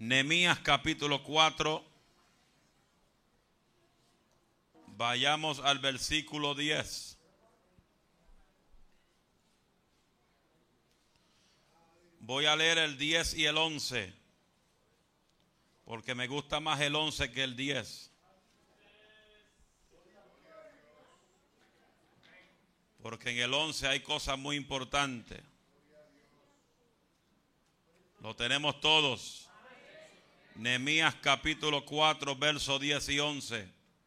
Nehemías capítulo 4. Vayamos al versículo 10. Voy a leer el 10 y el 11, porque me gusta más el 11 que el 10. Porque en el 11 hay cosas muy importantes. Lo tenemos todos. Nehemías capítulo 4, versos 10 y 11.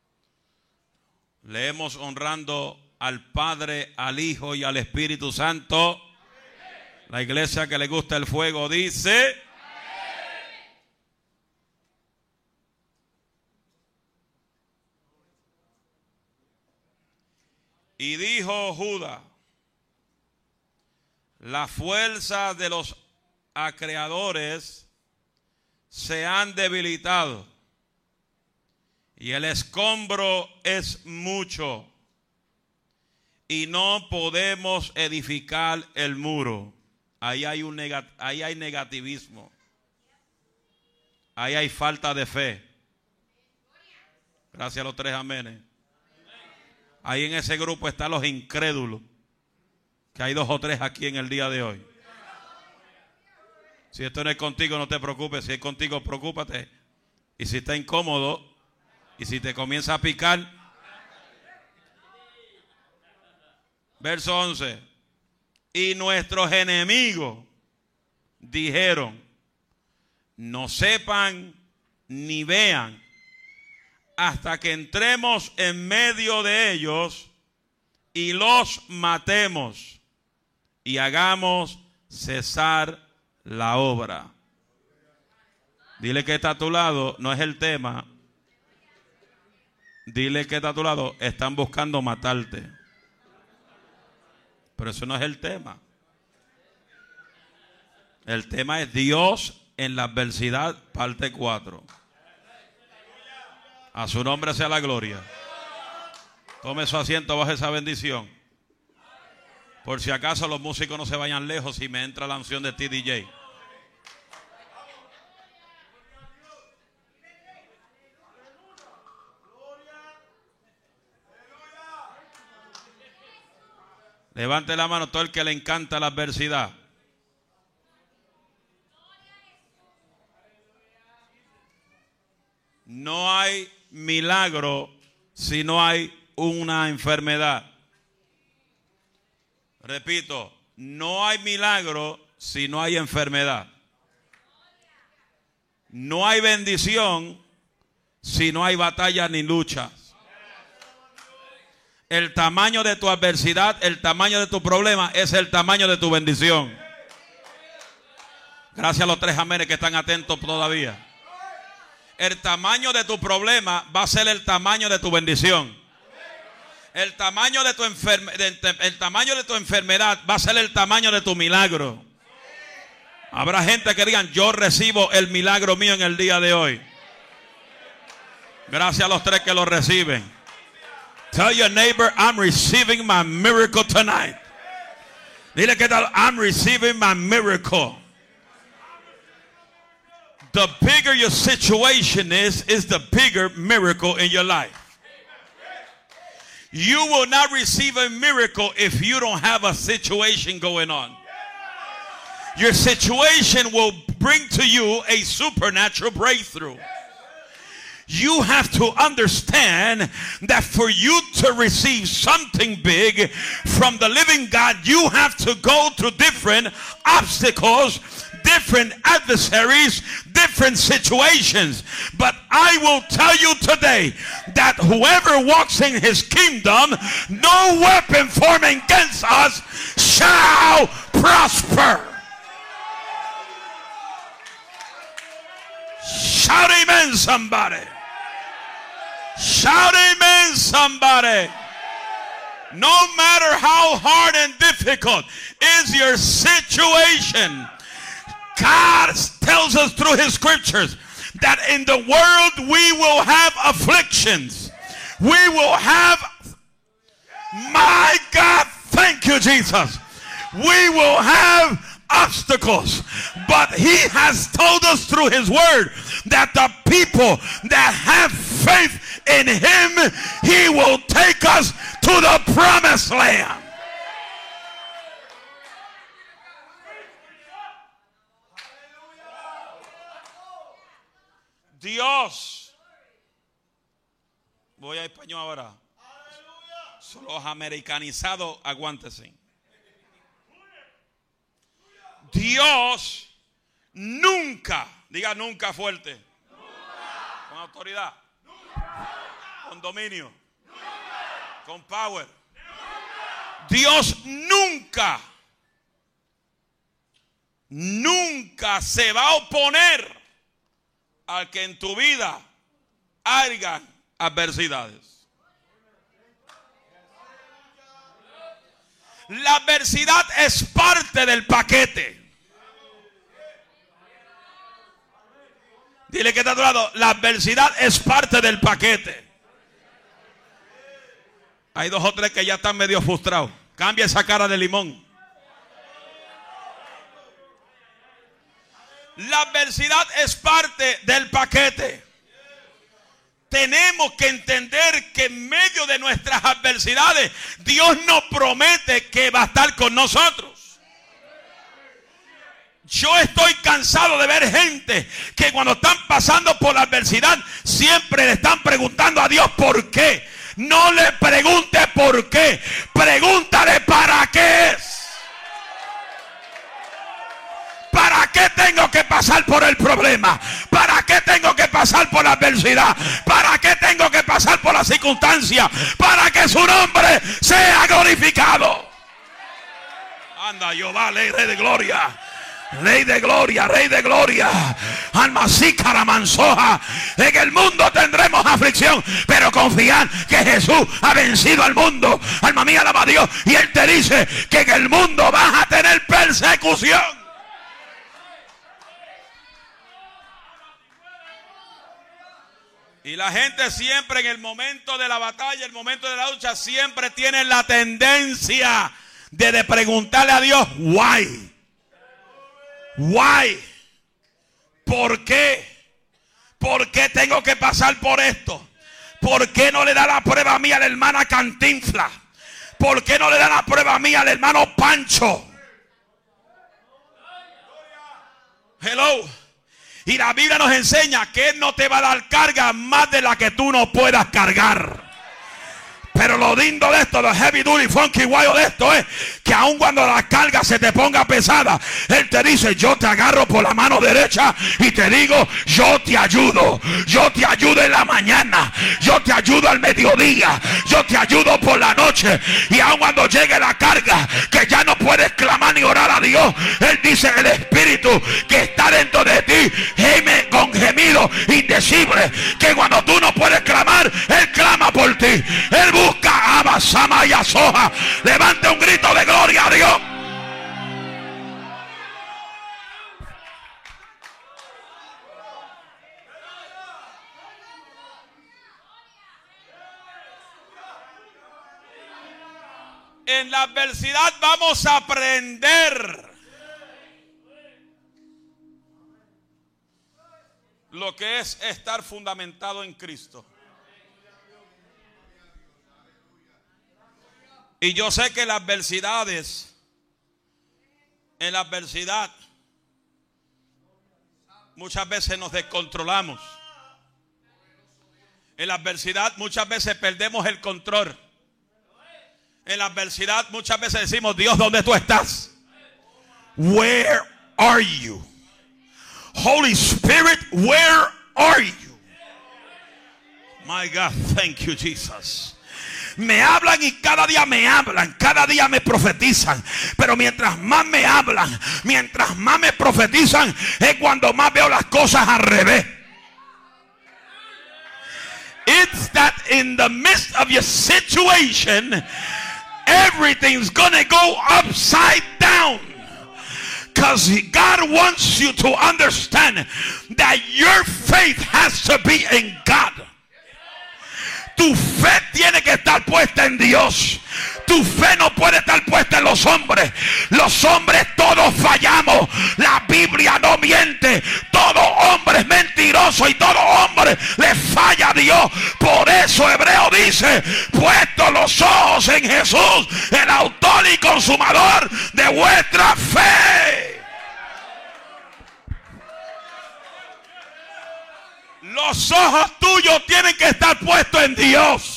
Leemos honrando al Padre, al Hijo y al Espíritu Santo. La iglesia que le gusta el fuego dice: y dijo Judá: la fuerza de los acreedores se han debilitado y el escombro es mucho y no podemos edificar el muro. Ahí hay negativismo. Ahí hay falta de fe. Gracias a los tres amenes. Ahí en ese grupo están los incrédulos, que hay 2 o 3 aquí en el día de hoy. Si esto no es contigo, no te preocupes. Si es contigo, preocúpate. Y si está incómodo, y si te comienza a picar. Verso 11. Y nuestros enemigos dijeron: no sepan ni vean hasta que entremos en medio de ellos y los matemos y hagamos cesar la obra. Dile que está a tu lado, no es el tema. Dile que está a tu lado, están buscando matarte. Pero eso no es el tema. El tema es Dios en la adversidad, parte 4. A su nombre sea la gloria. Tome su asiento bajo esa bendición. Por si acaso los músicos no se vayan lejos y me entra la unción de ti, DJ. Levante la mano todo el que le encanta la adversidad. No hay milagro si no hay una enfermedad. Repito, no hay milagro si no hay enfermedad. No hay bendición si no hay batalla ni luchas. El tamaño de tu adversidad, el tamaño de tu problema es el tamaño de tu bendición. Gracias a los 3 amenes que están atentos todavía. El tamaño de tu problema va a ser el tamaño de tu bendición. El tamaño de tu enfermedad va a ser el tamaño de tu milagro. Habrá gente que digan: yo recibo el milagro mío en el día de hoy. Gracias a los 3 que lo reciben. Tell your neighbor, I'm receiving my miracle tonight. Dile que tal, I'm receiving my miracle. The bigger your situation is the bigger miracle in your life. You will not receive a miracle if you don't have a situation going on. Your situation will bring to you a supernatural breakthrough. You have to understand that for you to receive something big from the living God, you have to go through different obstacles, different adversaries, different situations. But I will tell you today that whoever walks in his kingdom, no weapon formed against us shall prosper. Shout amen, somebody. Shout amen, somebody. No matter how hard and difficult is your situation, God tells us through his scriptures that in the world we will have afflictions. We will have, my God, thank you, Jesus. We will have obstacles, but he has told us through his word that the people that have faith in him, he will take us to the promised land. Dios, voy a español ahora. Son los americanizados, aguántense. Dios nunca, diga nunca fuerte, nunca. Con autoridad, nunca. Con dominio, nunca. Con power. Nunca. Dios nunca se va a oponer al que en tu vida hayan adversidades. La adversidad es parte del paquete. Dile que está a tu lado, la adversidad es parte del paquete. Hay 2 o 3 que ya están medio frustrados. Cambia esa cara de limón. La adversidad es parte del paquete. Tenemos que entender que en medio de nuestras adversidades Dios nos promete que va a estar con nosotros. Yo estoy cansado de ver gente que cuando están pasando por la adversidad siempre le están preguntando a Dios por qué. No le pregunte por qué, pregúntale para qué es. ¿Para qué tengo que pasar por el problema? ¿Para qué tengo que pasar por la adversidad? ¿Para qué tengo que pasar por la circunstancia? Para que su nombre sea glorificado. Anda, Jehová, Rey de gloria. Rey de gloria, Rey de gloria. Alma sí, caramanzoja. En el mundo tendremos aflicción, pero confiad que Jesús ha vencido al mundo. Alma mía, alaba a Dios. Y Él te dice que en el mundo vas a tener persecución. Y la gente siempre en el momento de la batalla, el momento de la lucha, siempre tiene la tendencia de preguntarle a Dios, why? Why? ¿Por qué? ¿Por qué tengo que pasar por esto? ¿Por qué no le da la prueba a mí a la hermana Cantinfla? ¿Por qué no le da la prueba a mí al hermano Pancho? Hello. Y la Biblia nos enseña que Él no te va a dar carga más de la que tú no puedas cargar. Pero lo lindo de esto, lo heavy duty, funky, wild de esto es que aun cuando la carga se te ponga pesada, Él te dice, yo te agarro por la mano derecha y te digo, yo te ayudo. Yo te ayudo en la mañana, yo te ayudo al mediodía, yo te ayudo por la noche. Y aun cuando llegue la carga, que ya no puedes clamar ni orar a Dios, Él dice, el Espíritu que está dentro de ti geme con gemido indecible, que cuando tú no puedes clamar, Él clama por ti. Él busca a Basama y a Soja. Levante un grito de gloria a Dios. En la adversidad vamos a aprender lo que es estar fundamentado en Cristo. Y yo sé que las adversidades, en la adversidad, muchas veces nos descontrolamos. En la adversidad muchas veces perdemos el control. En la adversidad muchas veces decimos, Dios, ¿dónde tú estás? Where are you? Holy Spirit, where are you? My God, thank you, Jesus. Me hablan y cada día me hablan, cada día me profetizan. Pero mientras más me hablan, mientras más me profetizan, es cuando más veo las cosas al revés. It's that in the midst of your situation, everything's gonna go upside down. Because God wants you to understand that your faith has to be in God. Tu fe tiene que estar puesta en Dios. Tu fe no puede estar puesta en los hombres. Los hombres todos fallamos. La Biblia no miente. Todo hombre es mentiroso y todo hombre le falla a Dios. Por eso Hebreo dice: puesto los ojos en Jesús, el autor y consumador de vuestra fe. Los ojos tuyos tienen que estar puestos en Dios.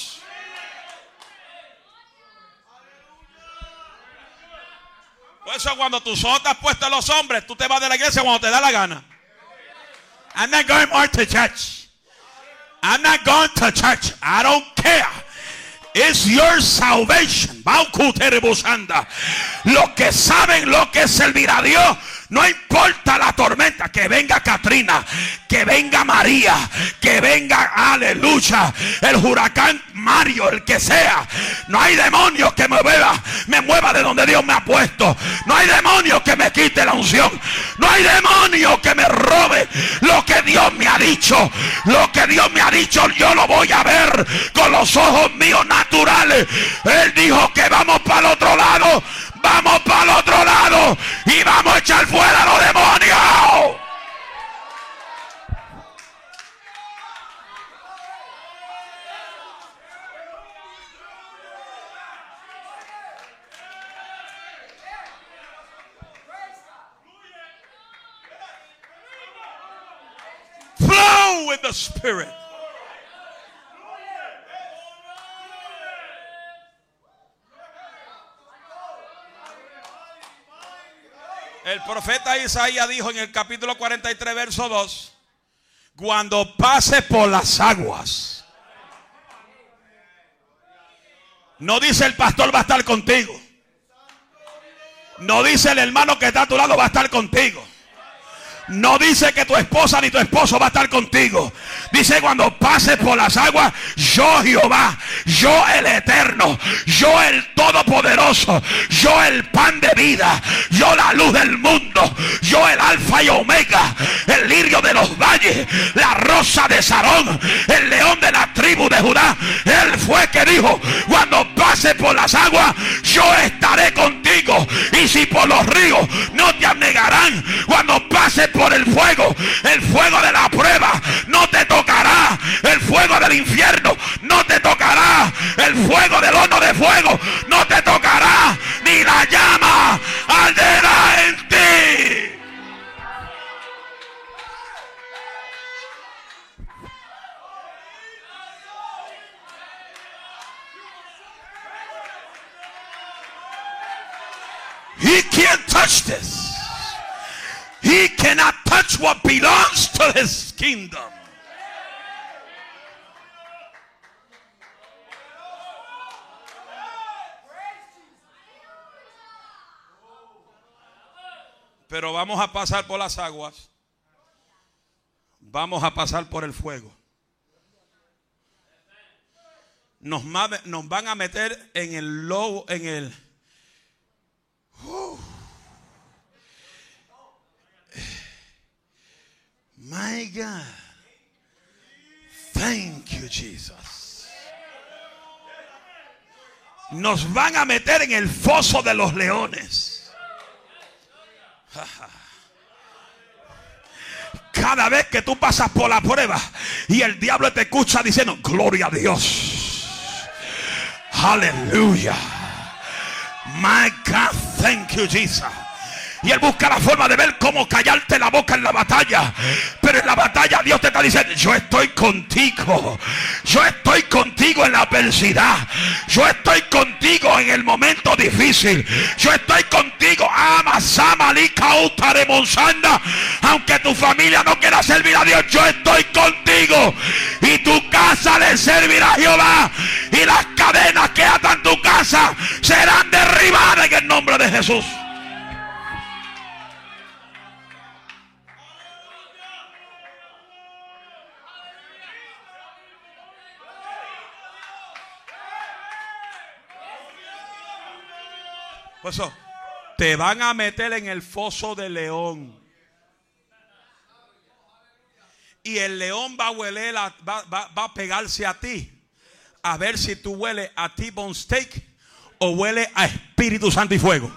Por eso cuando tus ojos están puestos en los hombres, tú te vas de la iglesia cuando te da la gana. I'm not going more to church. I'm not going to church. I don't care. It's your salvation. Los que saben lo que es servir a Dios, no importa la tormenta, que venga Katrina, que venga María, que venga, aleluya, el huracán Mario, el que sea. No hay demonio que me mueva de donde Dios me ha puesto. No hay demonio que me quite la unción. No hay demonio que me robe lo que Dios me ha dicho. Lo que Dios me ha dicho, yo lo voy a ver con los ojos míos naturales. Él dijo que vamos para el otro lado. Vamos para el otro lado y vamos a echar fuera a los demonios. Flow with the Spirit. El profeta Isaías dijo en el capítulo 43, verso 2: cuando pase por las aguas. No dice el pastor va a estar contigo. No dice el hermano que está a tu lado va a estar contigo. No dice que tu esposa ni tu esposo va a estar contigo. Dice cuando pases por las aguas, yo Jehová, yo el eterno, yo el todopoderoso, yo el pan de vida, yo la luz del mundo, yo el alfa y omega, el lirio de los valles, la rosa de Sarón, el león de la tribu de Judá. Él fue que dijo: cuando pases por las aguas, yo estaré contigo. Y si por los ríos, no te anegarán. Cuando pases por el fuego de la prueba, no te tocará. El fuego del infierno no te tocará. El fuego del horno de fuego no te tocará. Ni la llama arderá en ti. He can't touch this. He cannot touch what belongs to his kingdom. Pero vamos a pasar por las aguas. Vamos a pasar por el fuego. Nos van a meter en el lobo, en el... My God. Thank you, Jesus. Nos van a meter en el foso de los leones. Cada vez que tú pasas por la prueba y el diablo te escucha diciendo: gloria a Dios, aleluya, my God, thank you, Jesus. Y él busca la forma de ver cómo callarte la boca en la batalla. Pero en la batalla Dios te está diciendo: yo estoy contigo. Yo estoy contigo en la adversidad. Yo estoy contigo en el momento difícil. Yo estoy contigo. Aunque tu familia no quiera servir a Dios, yo estoy contigo. Y tu casa le servirá a Jehová. Y las cadenas que atan tu casa serán derribadas en el nombre de Jesús. Por eso, te van a meter en el foso del león. Y el león va a hueler, va a pegarse a ti. A ver si tú hueles a T-bone steak o huele a Espíritu Santo y fuego.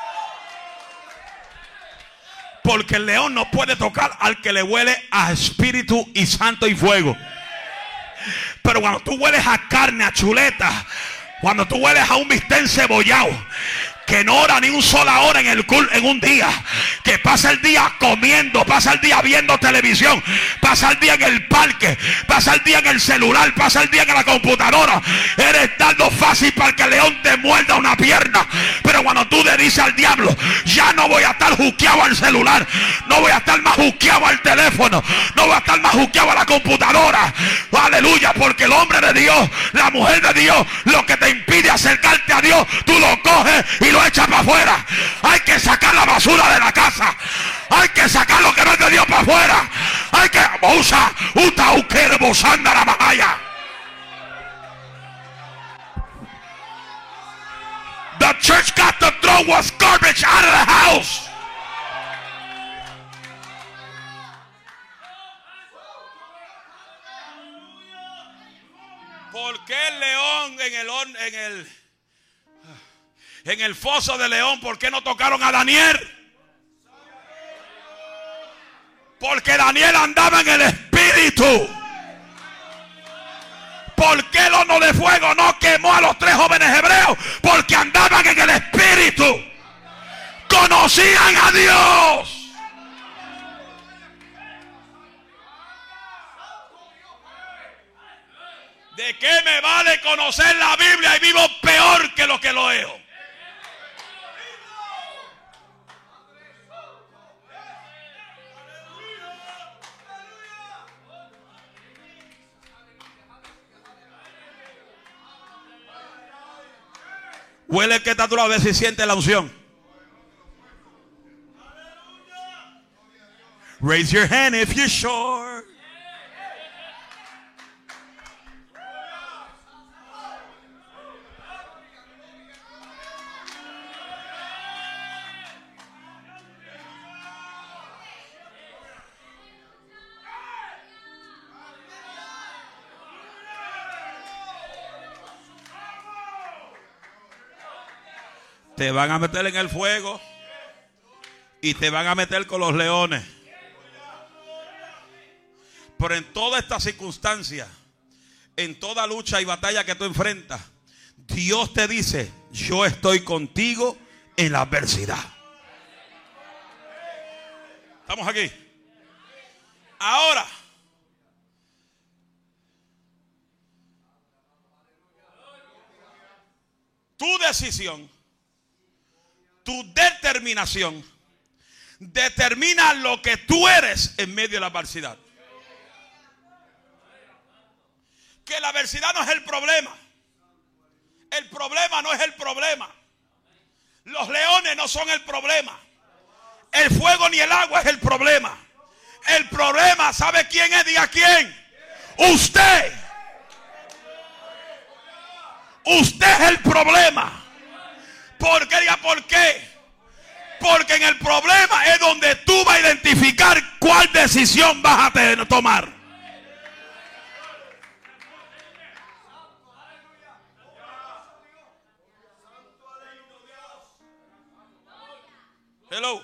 Porque el león no puede tocar al que le huele a Espíritu y Santo y fuego. Pero cuando tú hueles a carne, a chuleta, cuando tú hueles a un bistec encebollado, que no ora ni una sola hora en un día, que pasa el día comiendo, pasa el día viendo televisión, pasa el día en el parque, pasa el día en el celular, pasa el día en la computadora, eres dando fácil para que el león te muerda una pierna. Pero cuando tú le dices al diablo, ya no voy a estar juqueado al celular, no voy a estar más juqueado al teléfono, no voy a estar más juqueado a la computadora, aleluya, porque el hombre de Dios, la mujer de Dios, lo que te impide acercarte a Dios, tú lo coges y lo echa para afuera. Hay que sacar la basura de la casa, hay que sacar lo que no es de Dios para afuera, hay que la bahaya. The church got to throw what's garbage out of the house. ¿Por qué el león en el foso de león? ¿Por qué no tocaron a Daniel? Porque Daniel andaba en el espíritu. ¿Por qué el horno de fuego no quemó a los 3 jóvenes hebreos? Porque andaban en el espíritu. Conocían a Dios. ¿De qué me vale conocer la Biblia y vivo peor que lo que lo leo? Huele el que está a tu lado, a ver si siente la unción. Raise your hand if you're sure. Te van a meter en el fuego y te van a meter con los leones. Pero en toda esta circunstancia, en toda lucha y batalla que tú enfrentas, Dios te dice: yo estoy contigo en la adversidad. ¿Estamos aquí? Ahora, tu decisión, tu determinación determina lo que tú eres en medio de la adversidad. Que la adversidad no es el problema. El problema no es el problema. Los leones no son el problema. El fuego ni el agua es el problema. El problema, ¿sabe quién es? Diga quién. Usted. Usted es el problema. ¿Por qué? Diga por qué. Porque en el problema es donde tú vas a identificar cuál decisión vas a tomar. Hello.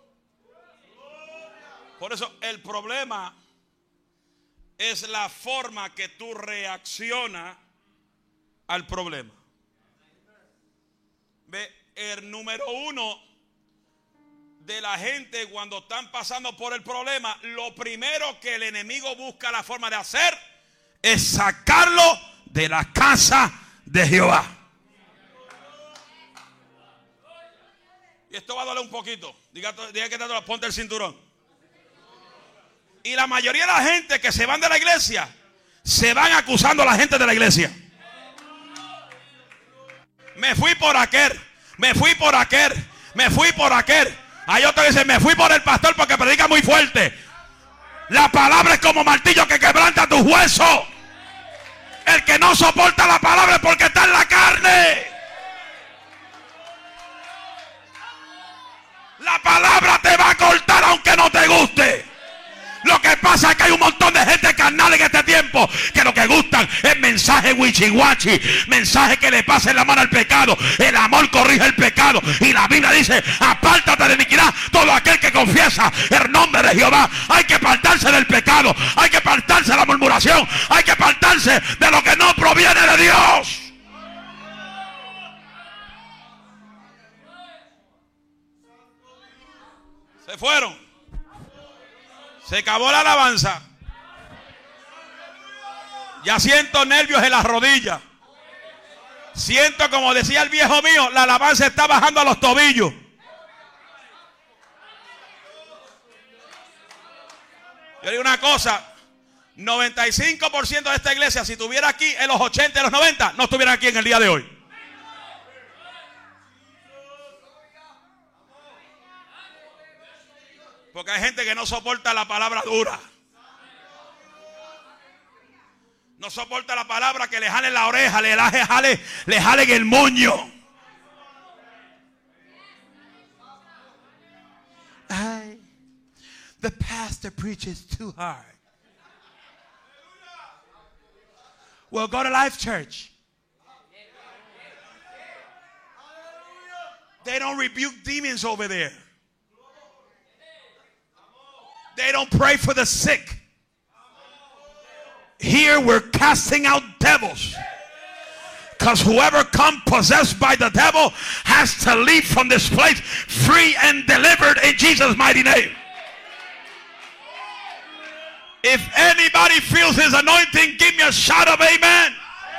Por eso el problema es la forma que tú reaccionas al problema. Ve, el número 1 de la gente cuando están pasando por el problema, lo primero que el enemigo busca la forma de hacer es sacarlo de la casa de Jehová. Y esto va a doler un poquito. Diga que te ponte el cinturón. Y la mayoría de la gente que se van de la iglesia se van acusando a la gente de la iglesia. Me fui por aquel, me fui por aquel, me fui por aquel. Hay otro que dice: me fui por el pastor porque predica muy fuerte. La palabra es como martillo que quebranta tus huesos. El que no soporta la palabra es porque está en la carne. La palabra te va a cortar aunque no te guste. Lo que pasa es que hay un montón de gente carnal en este tiempo que lo que gustan es mensajes chichiguachi, mensaje que le pase la mano al pecado. El amor corrige el pecado. Y la Biblia dice: apártate de iniquidad todo aquel que confiesa el nombre de Jehová. Hay que apartarse del pecado, hay que apartarse de la murmuración, hay que apartarse de lo que no proviene de Dios. Se fueron. Se acabó la alabanza. Ya siento nervios en las rodillas. Siento, como decía el viejo mío, la alabanza está bajando a los tobillos. Yo digo una cosa: 95% de esta iglesia, si estuviera aquí en los 80 y los 90, no estuviera aquí en el día de hoy. Porque hay gente que no soporta la palabra dura. No soporta la palabra que le jale la oreja, le jalen el moño. The pastor preaches too hard. Well, go to Life Church. They don't rebuke demons over there. They don't pray for the sick. Here we're casting out devils. Because whoever comes possessed by the devil has to leave from this place free and delivered in Jesus' mighty name. If anybody feels his anointing, give me a shout of amen.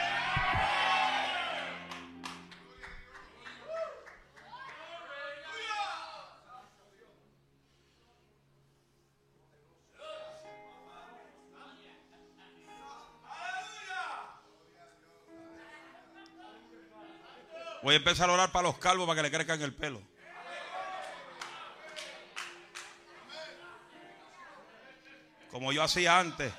Voy a empezar a orar para los calvos para que le crezcan el pelo. Como yo hacía antes.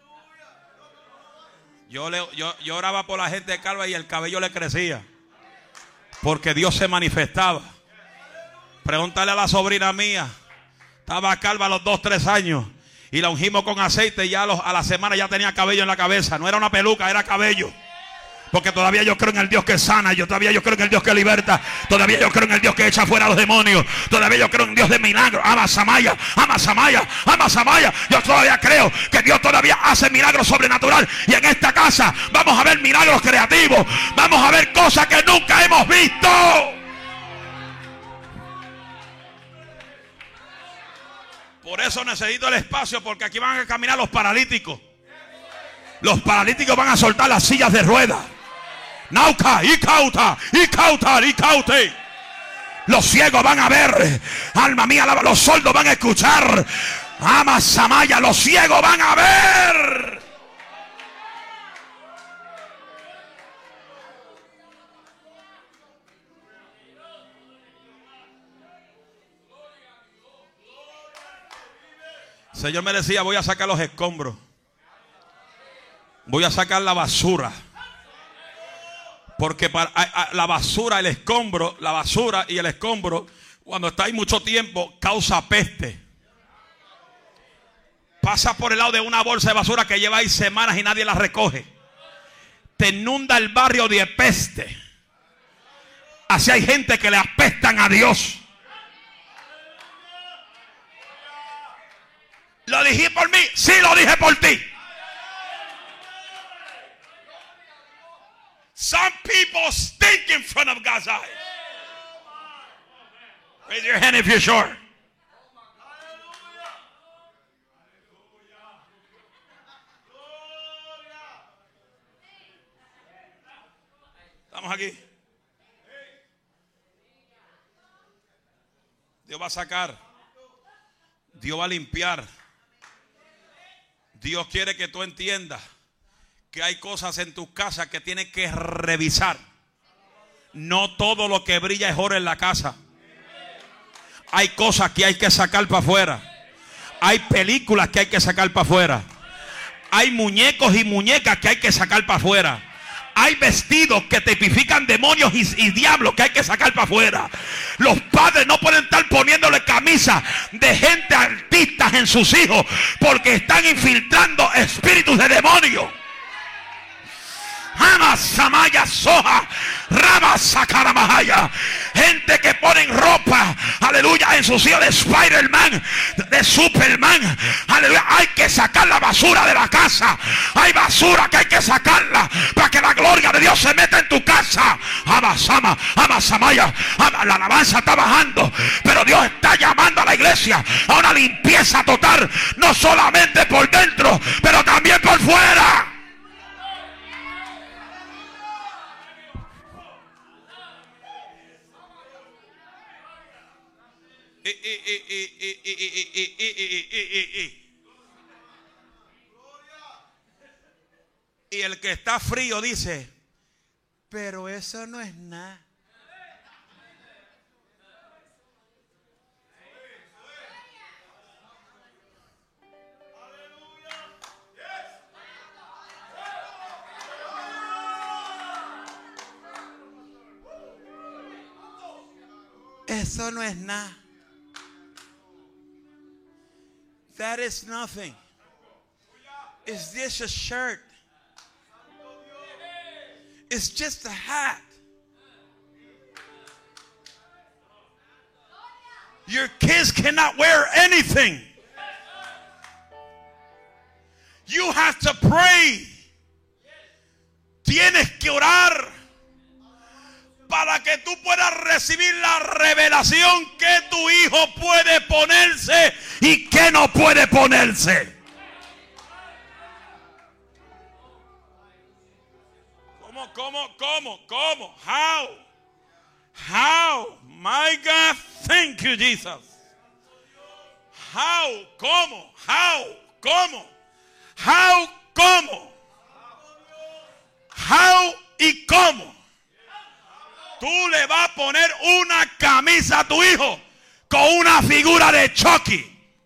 Yo oraba por la gente calva y el cabello le crecía. Porque Dios se manifestaba. Pregúntale a la sobrina mía. Estaba calva a los 2-3 años. Y la ungimos con aceite y ya a la semana ya tenía cabello en la cabeza. No era una peluca, era cabello. Porque todavía yo creo en el Dios que sana. Todavía yo creo en el Dios que liberta. Todavía yo creo en el Dios que echa fuera a los demonios. Todavía yo creo en Dios de milagros. Ama Samaya, ama Samaya, ama Samaya. Yo todavía creo que Dios todavía hace milagros sobrenaturales. Y en esta casa vamos a ver milagros creativos. Vamos a ver cosas que nunca hemos visto. Por eso necesito el espacio, porque aquí van a caminar los paralíticos. Los paralíticos van a soltar las sillas de ruedas. Nauka, Ikauta, Ikauta, Ikaute. Los ciegos van a ver. Alma mía, los sordos van a escuchar. Ama Samaya, los ciegos van a ver. El Señor me decía: voy a sacar los escombros. Voy a sacar la basura. Porque la basura, el escombro, la basura y el escombro, cuando está ahí mucho tiempo, causa peste. Pasa por el lado de una bolsa de basura que lleva ahí semanas y nadie la recoge. Te inunda el barrio de peste. Así hay gente que le apestan a Dios. ¿Lo dije por mí? Sí, lo dije por ti. Some people stink in front of God's eyes. Raise your hand if you're sure. Estamos aquí. Dios va a sacar. Dios va a limpiar. Dios quiere que tú entiendas que hay cosas en tu casa que tienes que revisar. No todo lo que brilla es oro en la casa. Hay cosas que hay que sacar para afuera. Hay películas que hay que sacar para afuera. Hay muñecos y muñecas que hay que sacar para afuera. Hay vestidos que tipifican demonios y diablos que hay que sacar para afuera. Los padres no pueden estar poniéndole camisa de gente artistas en sus hijos, porque están infiltrando espíritus de demonios. Ama Samaya Soja, Rama Sakaramahaya. Gente que ponen ropa, aleluya, en su sitio de Spider-Man, de Superman. Aleluya, hay que sacar la basura de la casa. Hay basura que hay que sacarla para que la gloria de Dios se meta en tu casa. Ama Sama, Ama Samaya. La alabanza está bajando, pero Dios está llamando a la iglesia a una limpieza total, no solamente por dentro, pero también por fuera. Y el que está frío dice, pero eso no es nada. Eso no es nada. That is nothing. Is this a shirt? It's just a hat. Your kids cannot wear anything. You have to pray. Tienes que orar para que tú puedas recibir la revelación que tu hijo puede ponerse y que no puede ponerse. ¿Cómo? How? My God, thank you, Jesus. How? ¿Cómo? How y cómo. Tú le vas a poner una camisa a tu hijo con una figura de Chucky.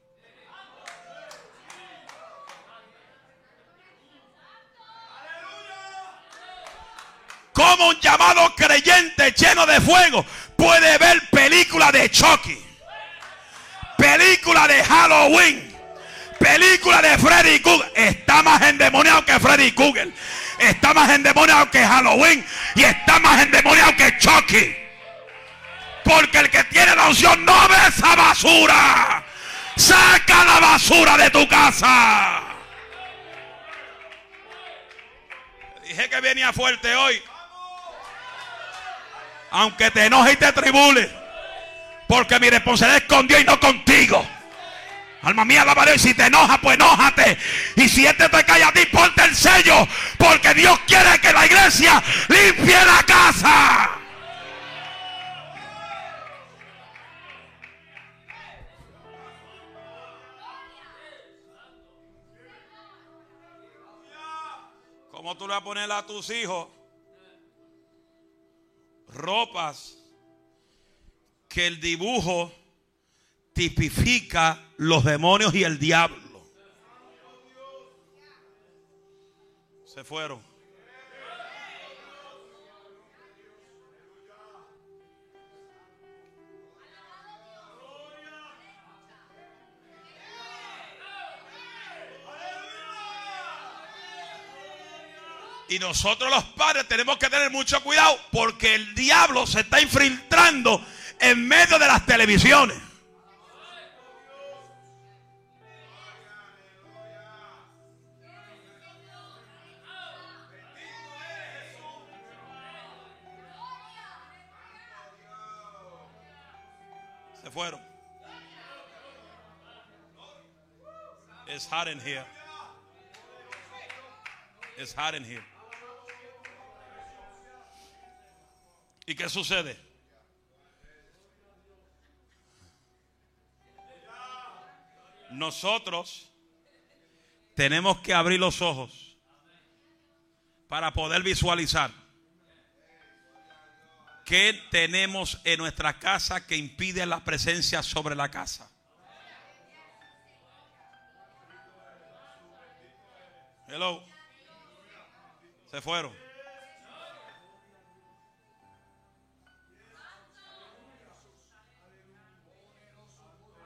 Como un llamado creyente lleno de fuego puede ver películas de Chucky, películas de Halloween, películas de Freddy Krueger. Está más endemoniado que Freddy Krueger. Está más endemoniado que Halloween y está más endemoniado que Chucky. Porque el que tiene la unción no ve esa basura. Saca la basura de tu casa. Dije que venía fuerte hoy. Aunque te enoje y te tribule, porque mi responsabilidad es con Dios y no contigo. Alma mía, alaba a Dios. Y si te enoja, pues enójate. Y si este te cae a ti, ponte el sello. Porque Dios quiere que la iglesia limpie la casa. ¿Cómo tú le vas a poner a tus hijos ropas que el dibujo tipifica los demonios y el diablo? Se fueron. Y nosotros los padres tenemos que tener mucho cuidado, porque el diablo se está infiltrando en medio de las televisiones. Se fueron. It's hot in here. It's hot in here. ¿Y qué sucede? Nosotros tenemos que abrir los ojos para poder visualizar qué tenemos en nuestra casa que impide la presencia sobre la casa. Hello. Se fueron.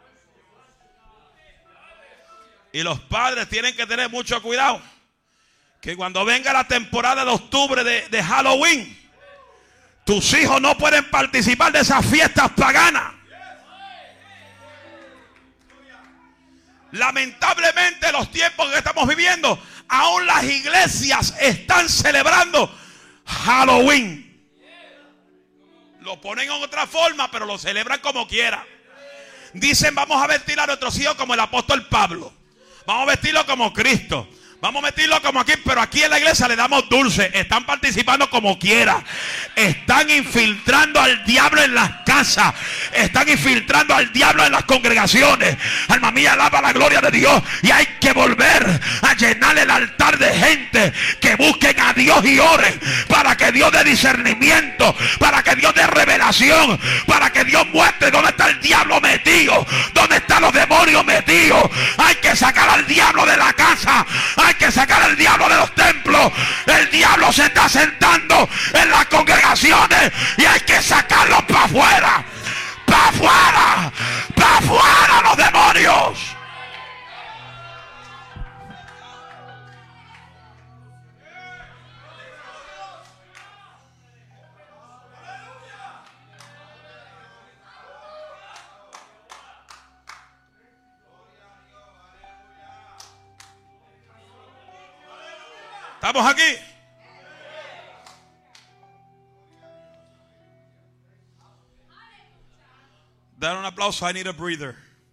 Y los padres tienen que tener mucho cuidado, que cuando venga la temporada de octubre de Halloween, tus hijos no pueden participar de esas fiestas paganas. Lamentablemente, los tiempos que estamos viviendo, aún las iglesias están celebrando Halloween. Lo ponen en otra forma, pero lo celebran como quiera. Dicen, vamos a vestir a nuestros hijos como el apóstol Pablo. Vamos a vestirlo como Cristo. Vamos a meterlo como aquí, pero aquí en la iglesia le damos dulce. Están participando como quiera. Están infiltrando al diablo en las casas. Están infiltrando al diablo en las congregaciones. Alma mía, alaba la gloria de Dios. Y hay que volver a llenar el altar de gente que busquen a Dios y oren, para que Dios dé discernimiento, para que Dios dé revelación, para que Dios muestre dónde está el diablo metido, dónde están los demonios metidos. Hay que sacar al diablo de la casa. Hay que sacar al diablo de los templos. El diablo se está sentando en las congregaciones y hay que sacarlo para afuera. Para afuera. Para afuera los demonios. ¿Estamos aquí? Dar un aplauso. I need a breather.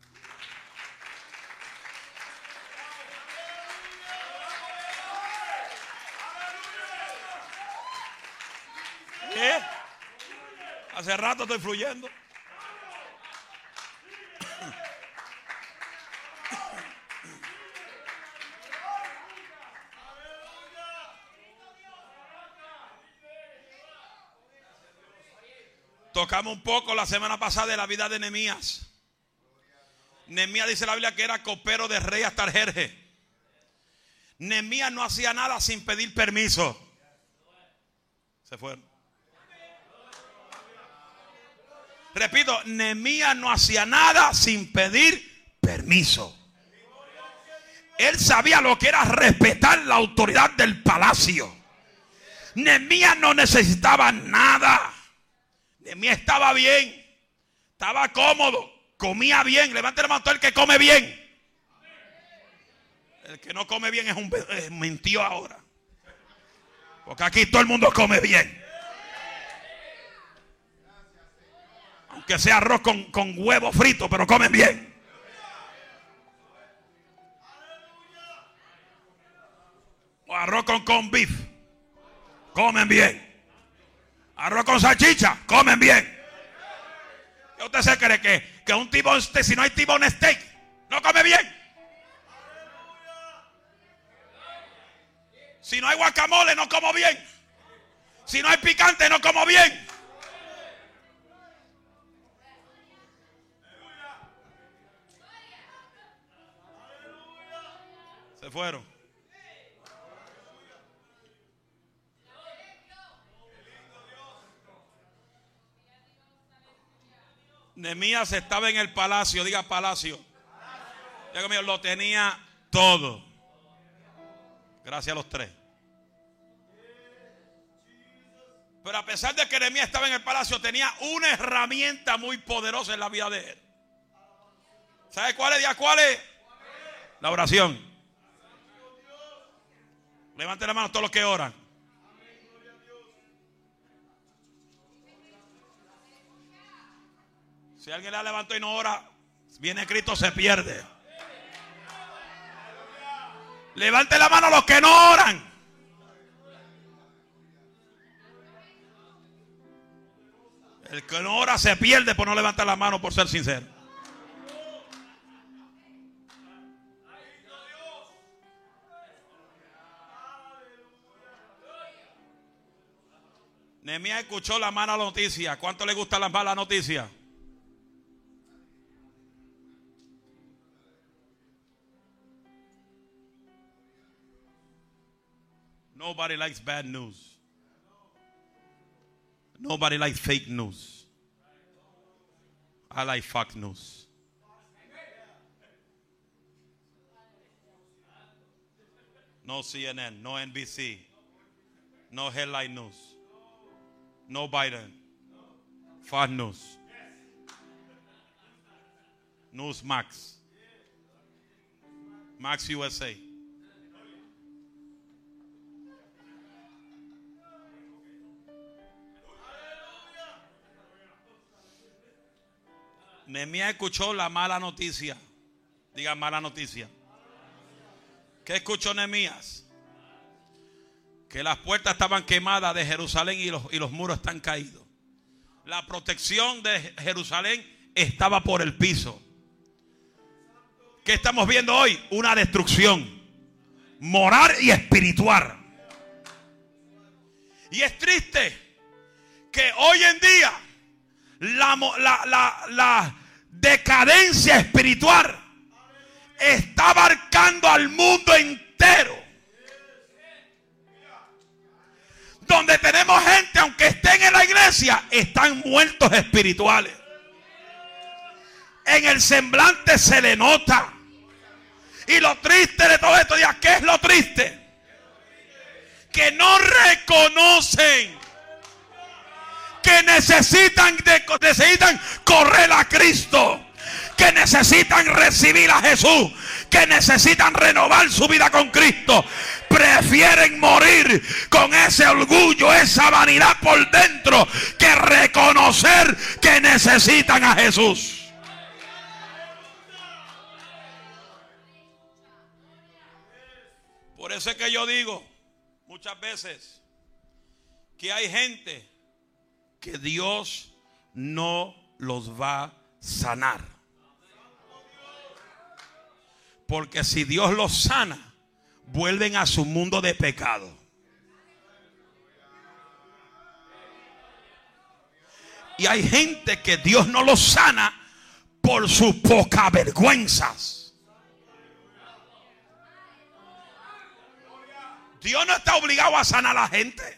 ¿Qué? Hace rato estoy fluyendo. Tocamos un poco la semana pasada de la vida de Nehemías. Nehemías, dice la Biblia, que era copero de rey hasta Jerje. Nehemías no hacía nada sin pedir permiso. Se fueron. Repito, Nehemías no hacía nada sin pedir permiso. Él sabía lo que era respetar la autoridad del palacio. Nehemías no necesitaba nada. Nehemías estaba bien, estaba cómodo, comía bien. Levante la mano todo el que come bien. El que no come bien es mintió ahora. Porque aquí todo el mundo come bien. Aunque sea arroz con huevo frito, pero comen bien. O arroz con corned beef, comen bien. Arroz con salchicha, comen bien. ¿Qué usted se cree que un tibón, si no hay tibón steak, no come bien? Si no hay guacamole, no como bien. Si no hay picante, no como bien. Se fueron. Nehemías estaba en el palacio, diga palacio. Ya conmigo, lo tenía todo. Gracias a los tres. Pero a pesar de que Nehemías estaba en el palacio, tenía una herramienta muy poderosa en la vida de él. ¿Sabe cuál es? ¿Ya cuál es? La oración. Levanten la mano todos los que oran. Si alguien la levantó y no ora, viene Cristo, se pierde. Levante la mano los que no oran. El que no ora se pierde por no levantar la mano, por ser sincero. Nehemías escuchó la mala noticia. ¿Cuánto le gustan las malas noticias? Nobody likes bad news. Nobody likes fake news. I like fact news. No CNN, no NBC, no Headline News, no Biden, Fox News, Newsmax, Max USA. Nehemías escuchó la mala noticia. Diga mala noticia. ¿Qué escuchó Nehemías? Que las puertas estaban quemadas de Jerusalén y los muros están caídos. La protección de Jerusalén estaba por el piso. ¿Qué estamos viendo hoy? Una destrucción moral y espiritual. Y es triste que hoy en día la decadencia espiritual está abarcando al mundo entero. Donde tenemos gente, aunque estén en la iglesia, están muertos espirituales. En el semblante se le nota. Y lo triste de todo esto, ¿qué es lo triste? Que no reconocen que necesitan correr a Cristo, que necesitan recibir a Jesús, que necesitan renovar su vida con Cristo. Prefieren morir con ese orgullo, esa vanidad por dentro, que reconocer que necesitan a Jesús. Por eso es que yo digo muchas veces que hay gente que Dios no los va a sanar. Porque si Dios los sana, vuelven a su mundo de pecado. Y hay gente que Dios no los sana por sus pocas vergüenzas. Dios no está obligado a sanar a la gente.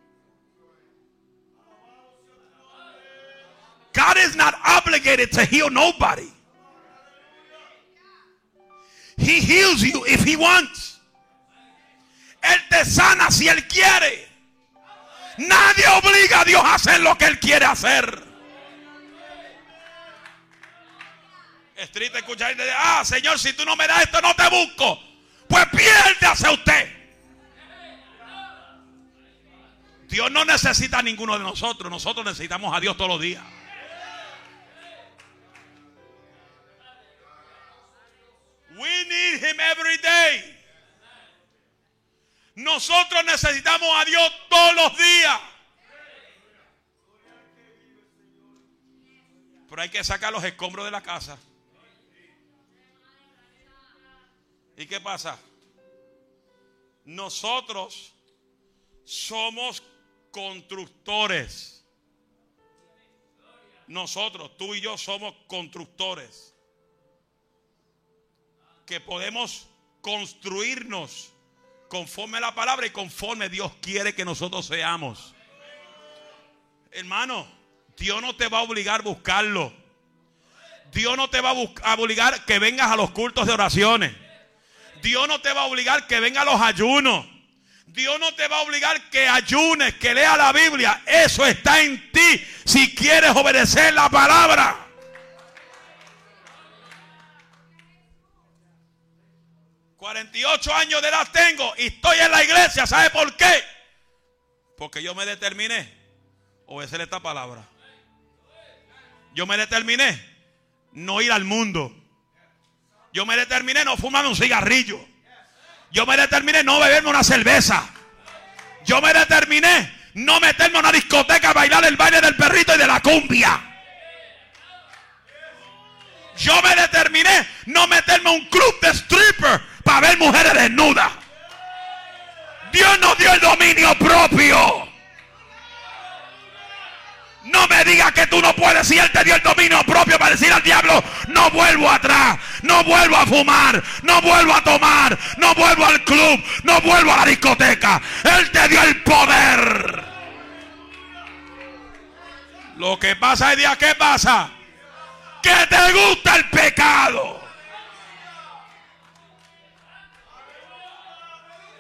God is not obligated to heal nobody. He heals you if he wants. Él te sana si él quiere. Nadie obliga a Dios a hacer lo que él quiere hacer. Es triste escuchar y decir, Señor, si tú no me das esto, no te busco. Pues piérdase usted. Dios no necesita a ninguno de nosotros. Nosotros necesitamos a Dios todos los días. We need him every day. Nosotros necesitamos a Dios todos los días. Pero hay que sacar los escombros de la casa. ¿Y qué pasa? Nosotros somos constructores. Nosotros, tú y yo, somos constructores. Que podemos construirnos conforme a la palabra y conforme Dios quiere que nosotros seamos. Hermano, Dios no te va a obligar a buscarlo. Dios no te va a obligar que vengas a los cultos de oraciones. Dios no te va a obligar que vengas a los ayunos. Dios no te va a obligar que ayunes, que leas la Biblia. Eso está en ti si quieres obedecer la palabra. ...48 años de edad tengo y estoy en la iglesia. ¿Sabe por qué? Porque yo me determiné obedecer esta palabra. Yo me determiné no ir al mundo. Yo me determiné no fumarme un cigarrillo. Yo me determiné no beberme una cerveza. Yo me determiné no meterme a una discoteca a bailar el baile del perrito y de la cumbia. Yo me determiné no meterme a un club de stripper para ver mujeres desnudas. Dios nos dio el dominio propio. No me digas que tú no puedes. Si Él te dio el dominio propio para decir al diablo, no vuelvo atrás, no vuelvo a fumar, no vuelvo a tomar, no vuelvo al club, no vuelvo a la discoteca. Él te dio el poder. Lo que pasa es, ¿qué pasa? Que te gusta el pecado.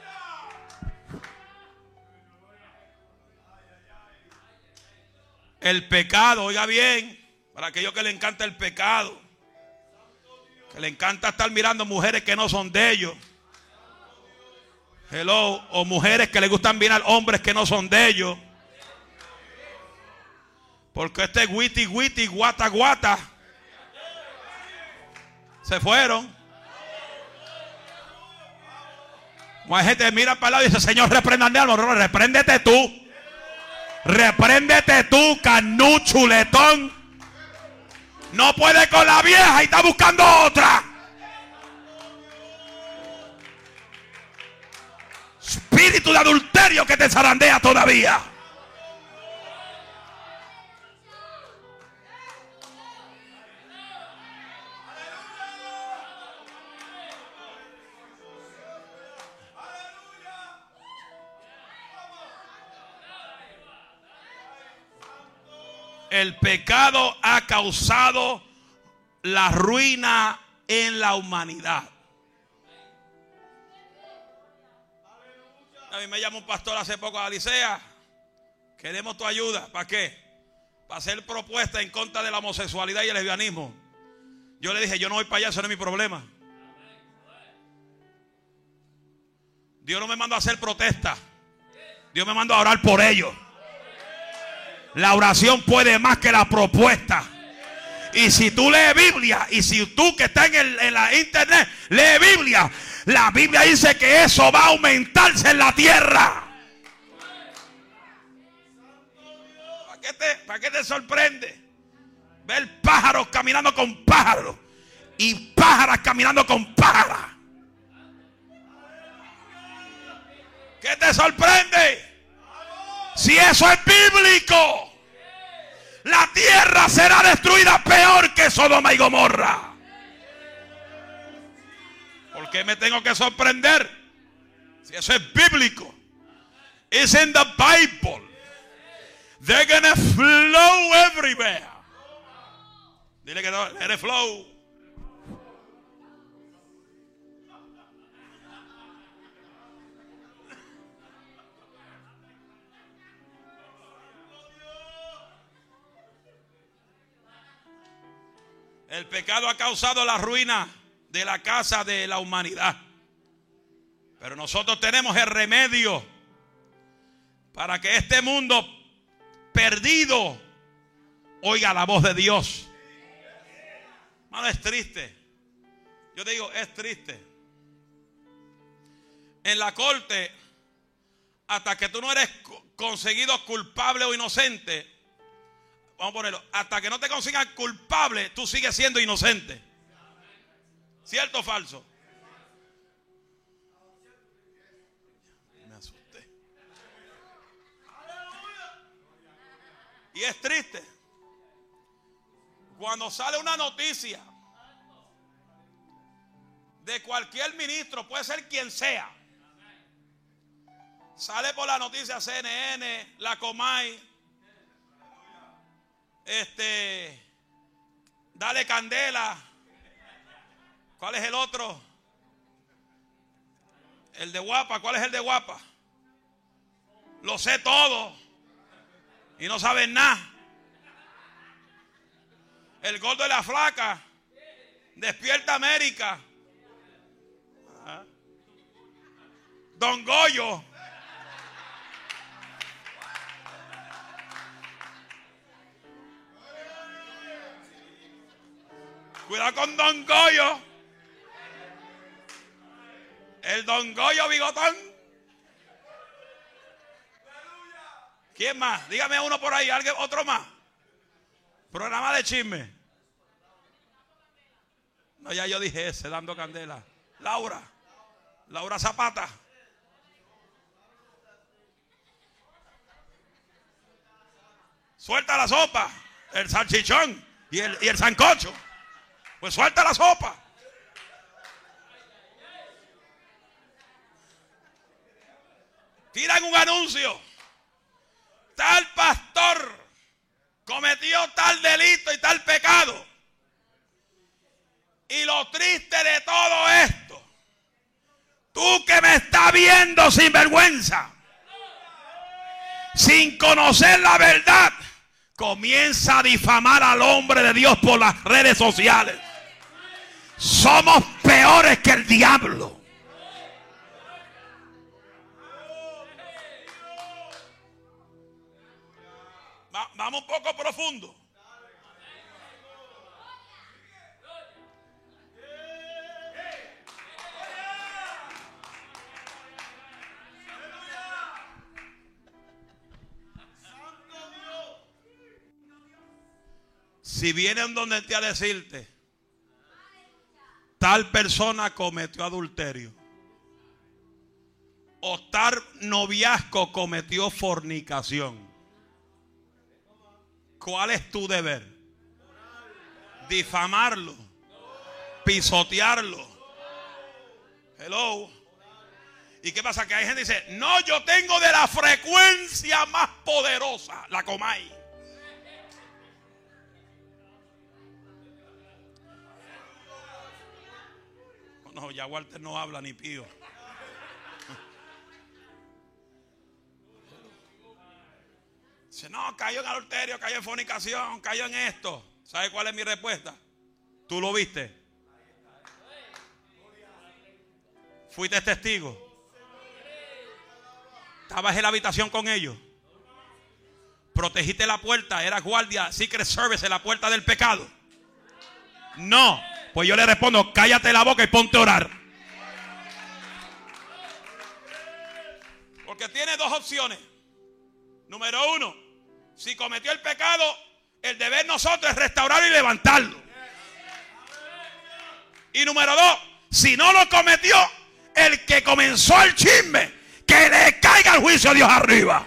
El pecado, oiga bien, para aquellos que le encanta el pecado, que le encanta estar mirando mujeres que no son de ellos. Hello, o mujeres que le gustan mirar hombres que no son de ellos. Porque este witi witi, guata guata, se fueron. Hay gente que mira para el lado y dice: Señor, repréndame algo. Repréndete tú. Repréndete tú, canú chuletón. No puede con la vieja y está buscando otra. Espíritu de adulterio que te zarandea todavía. El pecado ha causado la ruina en la humanidad. A mí me llamó un pastor hace poco a Alicea. Queremos tu ayuda. ¿Para qué? Para hacer propuestas en contra de la homosexualidad y el lesbianismo. Yo le dije: yo no voy para allá, eso no es mi problema. Dios no me mandó a hacer protesta. Dios me mandó a orar por ellos. La oración puede más que la propuesta. Y si tú lees Biblia, y si tú que estás en la internet lee Biblia, la Biblia dice que eso va a aumentarse en la tierra. ¿Para qué te sorprende ver pájaros caminando con pájaros y pájaras caminando con pájaras? ¿Qué te sorprende? Si eso es bíblico, la tierra será destruida peor que Sodoma y Gomorra. ¿Por qué me tengo que sorprender? Si eso es bíblico. It's in the Bible. They're gonna flow everywhere. Dile que no, let it flow. El pecado ha causado la ruina de la casa de la humanidad. Pero nosotros tenemos el remedio para que este mundo perdido oiga la voz de Dios. Hermano, es triste. Yo te digo, es triste. En la corte, hasta que tú no eres conseguido culpable o inocente, vamos a ponerlo, hasta que no te consigan culpable, tú sigues siendo inocente. ¿Cierto o falso? Me asusté. Y es triste cuando sale una noticia de cualquier ministro, puede ser quien sea, sale por la noticia CNN, la Comay, Dale Candela. ¿Cuál es el otro? El de Guapa. ¿Cuál es el de Guapa? Lo sé todo y no saben nada. El Gordo de la Flaca, Despierta América, Don Goyo. Cuidado con Don Goyo. El Don Goyo bigotón. ¿Quién más? Dígame uno por ahí, alguien, otro más. Programa de chisme. No, ya yo dije ese, dando candela. Laura Zapata. Suelta la sopa, el salchichón y el sancocho. Pues suelta la sopa. Tiran un anuncio. Tal pastor cometió tal delito y tal pecado. Y lo triste de todo esto, tú que me estás viendo sin vergüenza, sin conocer la verdad, comienza a difamar al hombre de Dios por las redes sociales. Somos peores que el diablo. Vamos un poco profundo. Si vienen donde te a decirte, tal persona cometió adulterio, o tal noviazgo cometió fornicación, ¿cuál es tu deber? Difamarlo, pisotearlo. Hello. ¿Y qué pasa? Que hay gente que dice, no, yo tengo de la frecuencia más poderosa, la Comay. No, ya Walter no habla ni pío. Dice, no, cayó en adulterio, cayó en fornicación, cayó en esto. ¿Sabe cuál es mi respuesta? ¿Tú lo viste? ¿Fuiste testigo? ¿Estabas en la habitación con ellos? ¿Protegiste la puerta? ¿Eras guardia, Secret Service en la puerta del pecado? No. Pues yo le respondo, cállate la boca y ponte a orar. Porque tiene dos opciones. Número uno, si cometió el pecado, el deber nosotros es restaurarlo y levantarlo. Y número dos, si no lo cometió, el que comenzó el chisme, que le caiga el juicio a Dios arriba.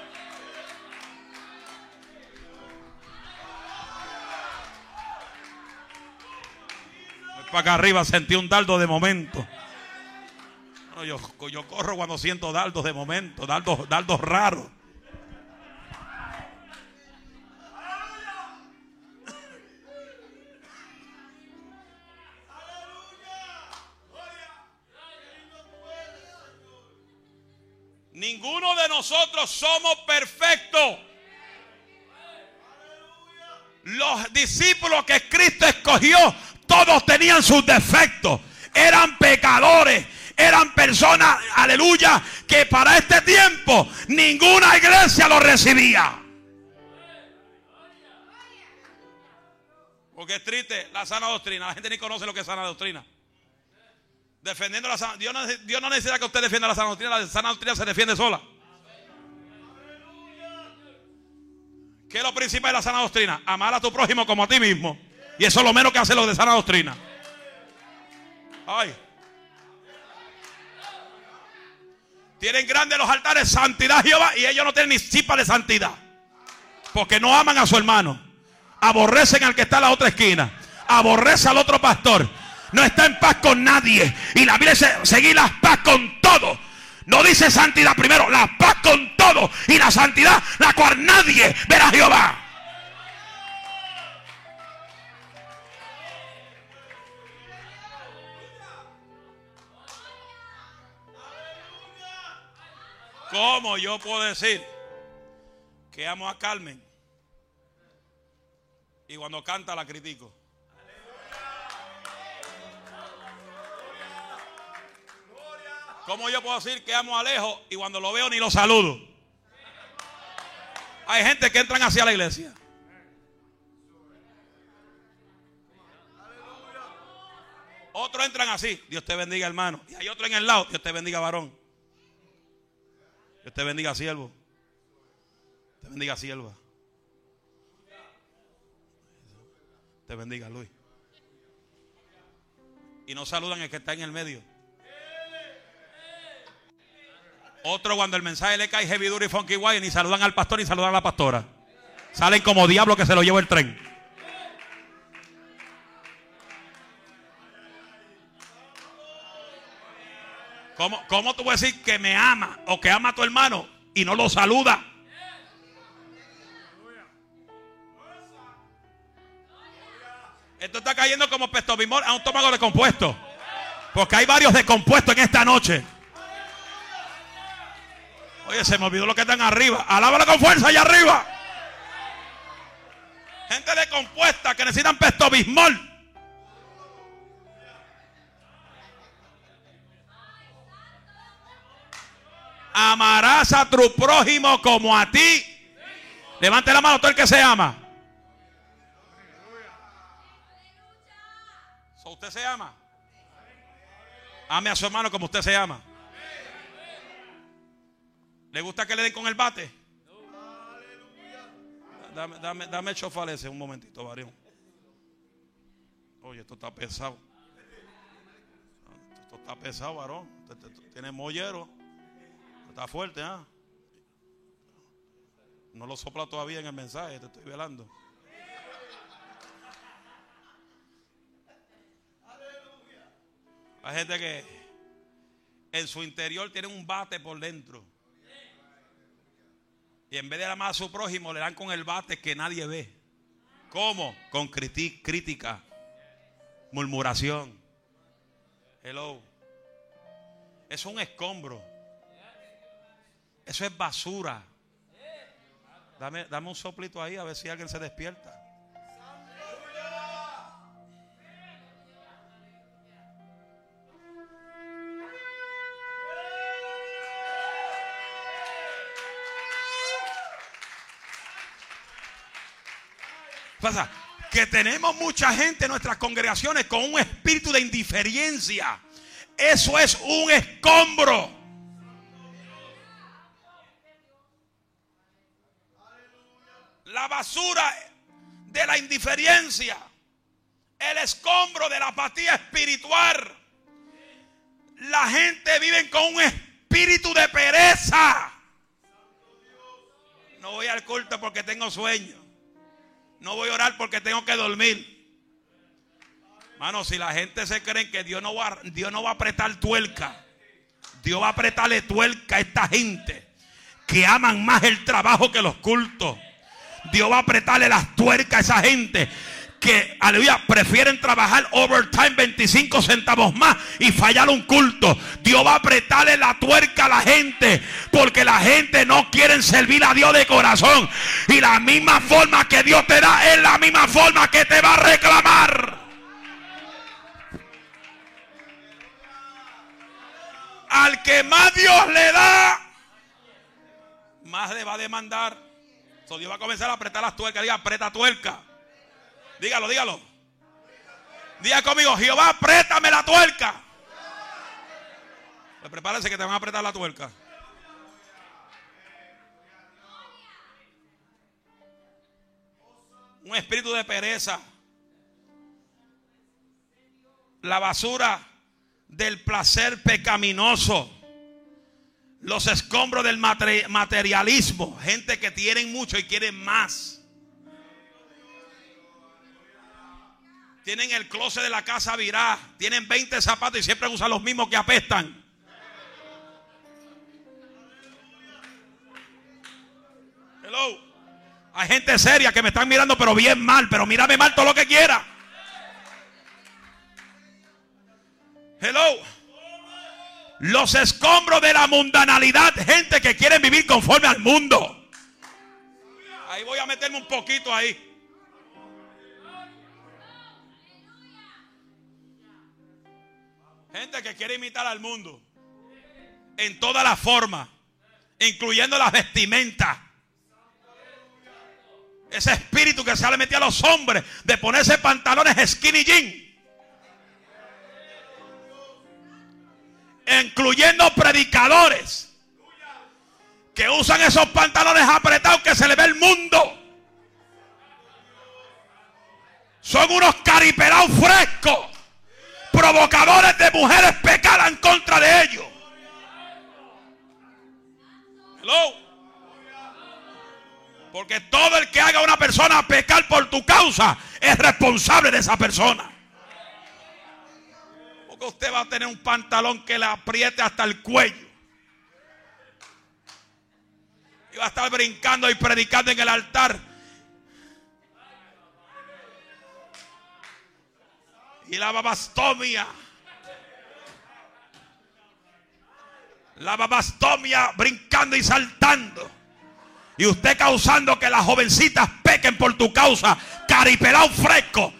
Para acá arriba sentí un dardo de momento. No, yo corro cuando siento dardos de momento, dardos raros. Ninguno de nosotros somos perfectos. Los discípulos que Cristo escogió, todos tenían sus defectos. Eran pecadores. Eran personas, aleluya, que para este tiempo ninguna iglesia los recibía. Porque es triste la sana doctrina. La gente ni conoce lo que es sana doctrina. Defendiendo la sana, Dios no necesita que usted defienda la sana doctrina. La sana doctrina se defiende sola. ¿Qué es lo principal de la sana doctrina? Amar a tu prójimo como a ti mismo. Y eso es lo menos que hace los de sana doctrina. Ay. Tienen grandes los altares, santidad Jehová, y ellos no tienen ni chispa de santidad. Porque no aman a su hermano. Aborrecen al que está en la otra esquina. Aborrece al otro pastor. No está en paz con nadie. Y la Biblia dice, seguir la paz con todo. No dice santidad primero, la paz con todo. Y la santidad, la cual nadie verá a Jehová. ¿Cómo yo puedo decir que amo a Carmen y cuando canta la critico? ¿Cómo yo puedo decir que amo a Alejo y cuando lo veo ni lo saludo? Hay gente que entran hacia la iglesia. Otros entran así, Dios te bendiga, hermano. Y hay otro en el lado, Dios te bendiga, varón. Dios te bendiga, siervo. Te bendiga, sierva. Te bendiga, Luis. Y no saludan al que está en el medio. Otro cuando el mensaje le cae heavy, duro y funky guay, ni saludan al pastor ni saludan a la pastora. Salen como diablo que se lo lleva el tren. ¿Cómo tú puedes decir que me ama o que ama a tu hermano y no lo saluda? Esto está cayendo como pestobimol a un estómago descompuesto. Porque hay varios descompuestos en esta noche. Oye, se me olvidó lo que están arriba. Alábala con fuerza allá arriba. puestas que necesitan Pepto-Bismol. Amarás a tu prójimo como a ti. Levante la mano todo el que se ama. ¿Usted se ama? Ame a su hermano como usted se ama. ¿Le gusta que le den con el bate? Dame el chofal ese un momentito, varón. Oye, esto está pesado. Esto está pesado, varón. Tiene mollero. Está fuerte, ¿ah? No lo sopla todavía en el mensaje, te estoy velando. Hay gente que en su interior tiene un bate por dentro. Y en vez de amar a su prójimo, le dan con el bate que nadie ve. ¿Cómo? Con crítica, murmuración. Hello. Eso es un escombro. Eso es basura. Dame un soplito ahí a ver si alguien se despierta. Pasa que tenemos mucha gente en nuestras congregaciones con un espíritu de indiferencia. Eso es un escombro. La basura de la indiferencia, el escombro de la apatía espiritual. La gente vive con un espíritu de pereza. No voy al culto porque tengo sueño. No voy a orar porque tengo que dormir. Mano, si la gente se cree que Dios no va a apretar tuerca, Dios va a apretarle tuerca a esta gente que aman más el trabajo que los cultos. Dios va a apretarle las tuercas a esa gente que, aleluya, prefieren trabajar overtime 25 centavos más y fallar un culto. Dios va a apretarle la tuerca a la gente porque la gente no quiere servir a Dios de corazón. Y la misma forma que Dios te da es la misma forma que te va a reclamar. Al que más Dios le da, más le va a demandar. So, Dios va a comenzar a apretar las tuercas. Diga, aprieta tuerca. Dígalo. Diga conmigo, Jehová, apriétame la tuerca. Pues prepárense que te van a apretar la tuerca. Un espíritu de pereza. La basura del placer pecaminoso. Los escombros del materialismo. Gente que tienen mucho y quieren más. Tienen el closet de la casa virá. Tienen 20 zapatos y siempre usan los mismos que apestan. Hello. Hay gente seria que me están mirando pero bien mal. Pero mírame mal todo lo que quiera. Hello. Los escombros de la mundanalidad. Gente que quiere vivir conforme al mundo. Ahí voy a meterme un poquito ahí. Gente que quiere imitar al mundo en todas las formas, incluyendo las vestimentas. Ese espíritu que se le metió a los hombres de ponerse pantalones skinny jean, incluyendo predicadores que usan esos pantalones apretados que se le ve el mundo. Son unos caripelados frescos, provocadores de mujeres pecadas en contra de ellos. Hello. Porque todo el que haga a una persona pecar por tu causa es responsable de esa persona. Porque usted va a tener un pantalón que le apriete hasta el cuello y va a estar brincando y predicando en el altar. Y la babastomia brincando y saltando. Y usted causando que las jovencitas pequen acerquen por tu causa. Caripelao fresco.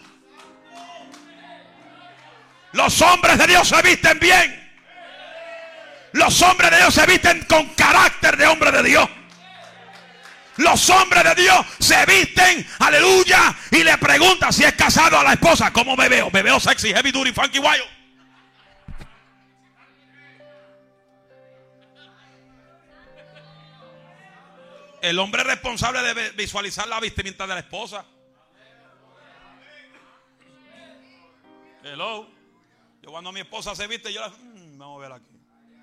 Los hombres de Dios se visten bien. Los hombres de Dios se visten con carácter de hombre de Dios. Los hombres de Dios se visten, aleluya, y le preguntan si es casado a la esposa. ¿Cómo me veo? Me veo sexy, heavy duty, funky, wild. El hombre responsable debe visualizar la vestimenta de la esposa. Hello. Yo cuando mi esposa se viste, yo la... vamos a ver aquí.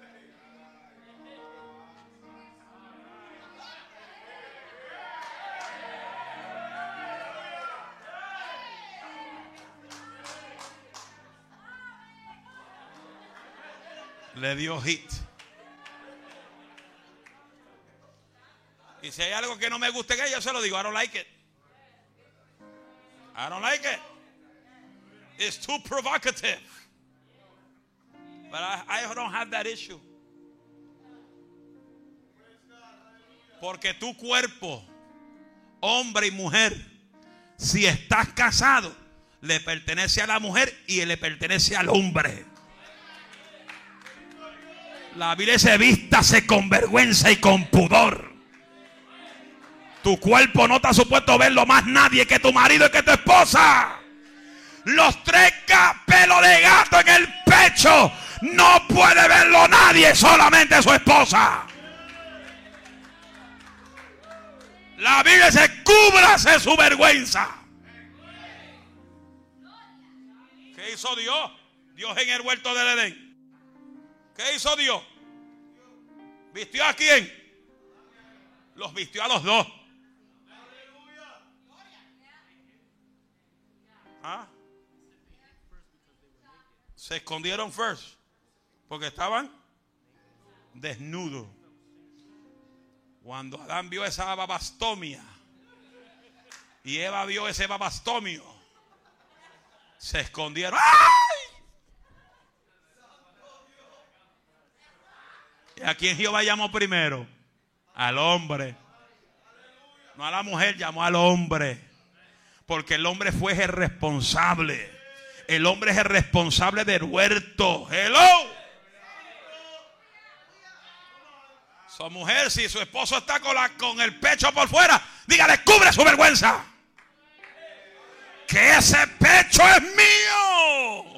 Le dio hit. Y si hay algo que no me guste en ella, yo se lo digo. I don't like it. I don't like it. It's too provocative. But I don't have that issue. Porque tu cuerpo, hombre y mujer, si estás casado, le pertenece a la mujer y le pertenece al hombre. La Biblia dice: vístase con vergüenza y con pudor. Tu cuerpo no está supuesto verlo más nadie que tu marido y que tu esposa. Los 3 pelos de gato en el pecho no puede verlo nadie, solamente su esposa. La Biblia dice: cúbrase su vergüenza. ¿Qué hizo Dios? Dios en el huerto del Edén. ¿Qué hizo Dios? ¿Vistió a quién? Los vistió a los dos. ¿Ah? Se escondieron first porque estaban desnudos. Cuando Adán vio esa babastomia y Eva vio ese babastomio, se escondieron. ¡Ay! ¿Y a quién Jehová llamó primero? Al hombre. No a la mujer, llamó al hombre. Porque el hombre fue el responsable. El hombre es el responsable del huerto. Hello. Su mujer, si su esposo está con el pecho por fuera, dígale: cubre su vergüenza. Que ese pecho es mío.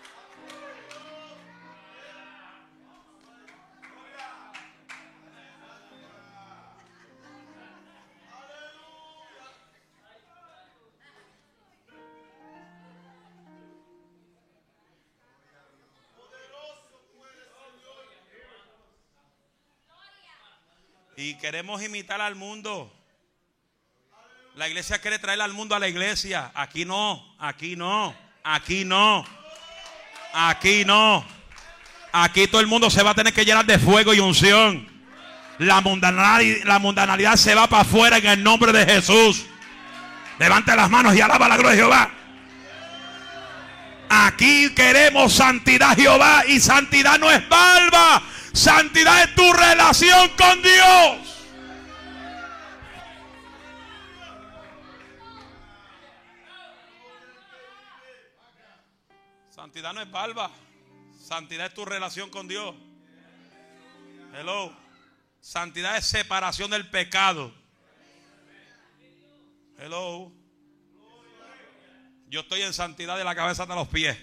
Y queremos imitar al mundo. La iglesia quiere traer al mundo a la iglesia. Aquí no, aquí no, aquí no, aquí no. Aquí todo el mundo se va a tener que llenar de fuego y unción. La mundanalidad se va para afuera en el nombre de Jesús. Levante las manos y alaba la gloria de Jehová. Aquí queremos santidad, Jehová, y santidad no es barba. Santidad es tu relación con Dios. Santidad no es barba. Santidad es tu relación con Dios. Hello. Santidad es separación del pecado. Hello. Yo estoy en santidad de la cabeza hasta los pies.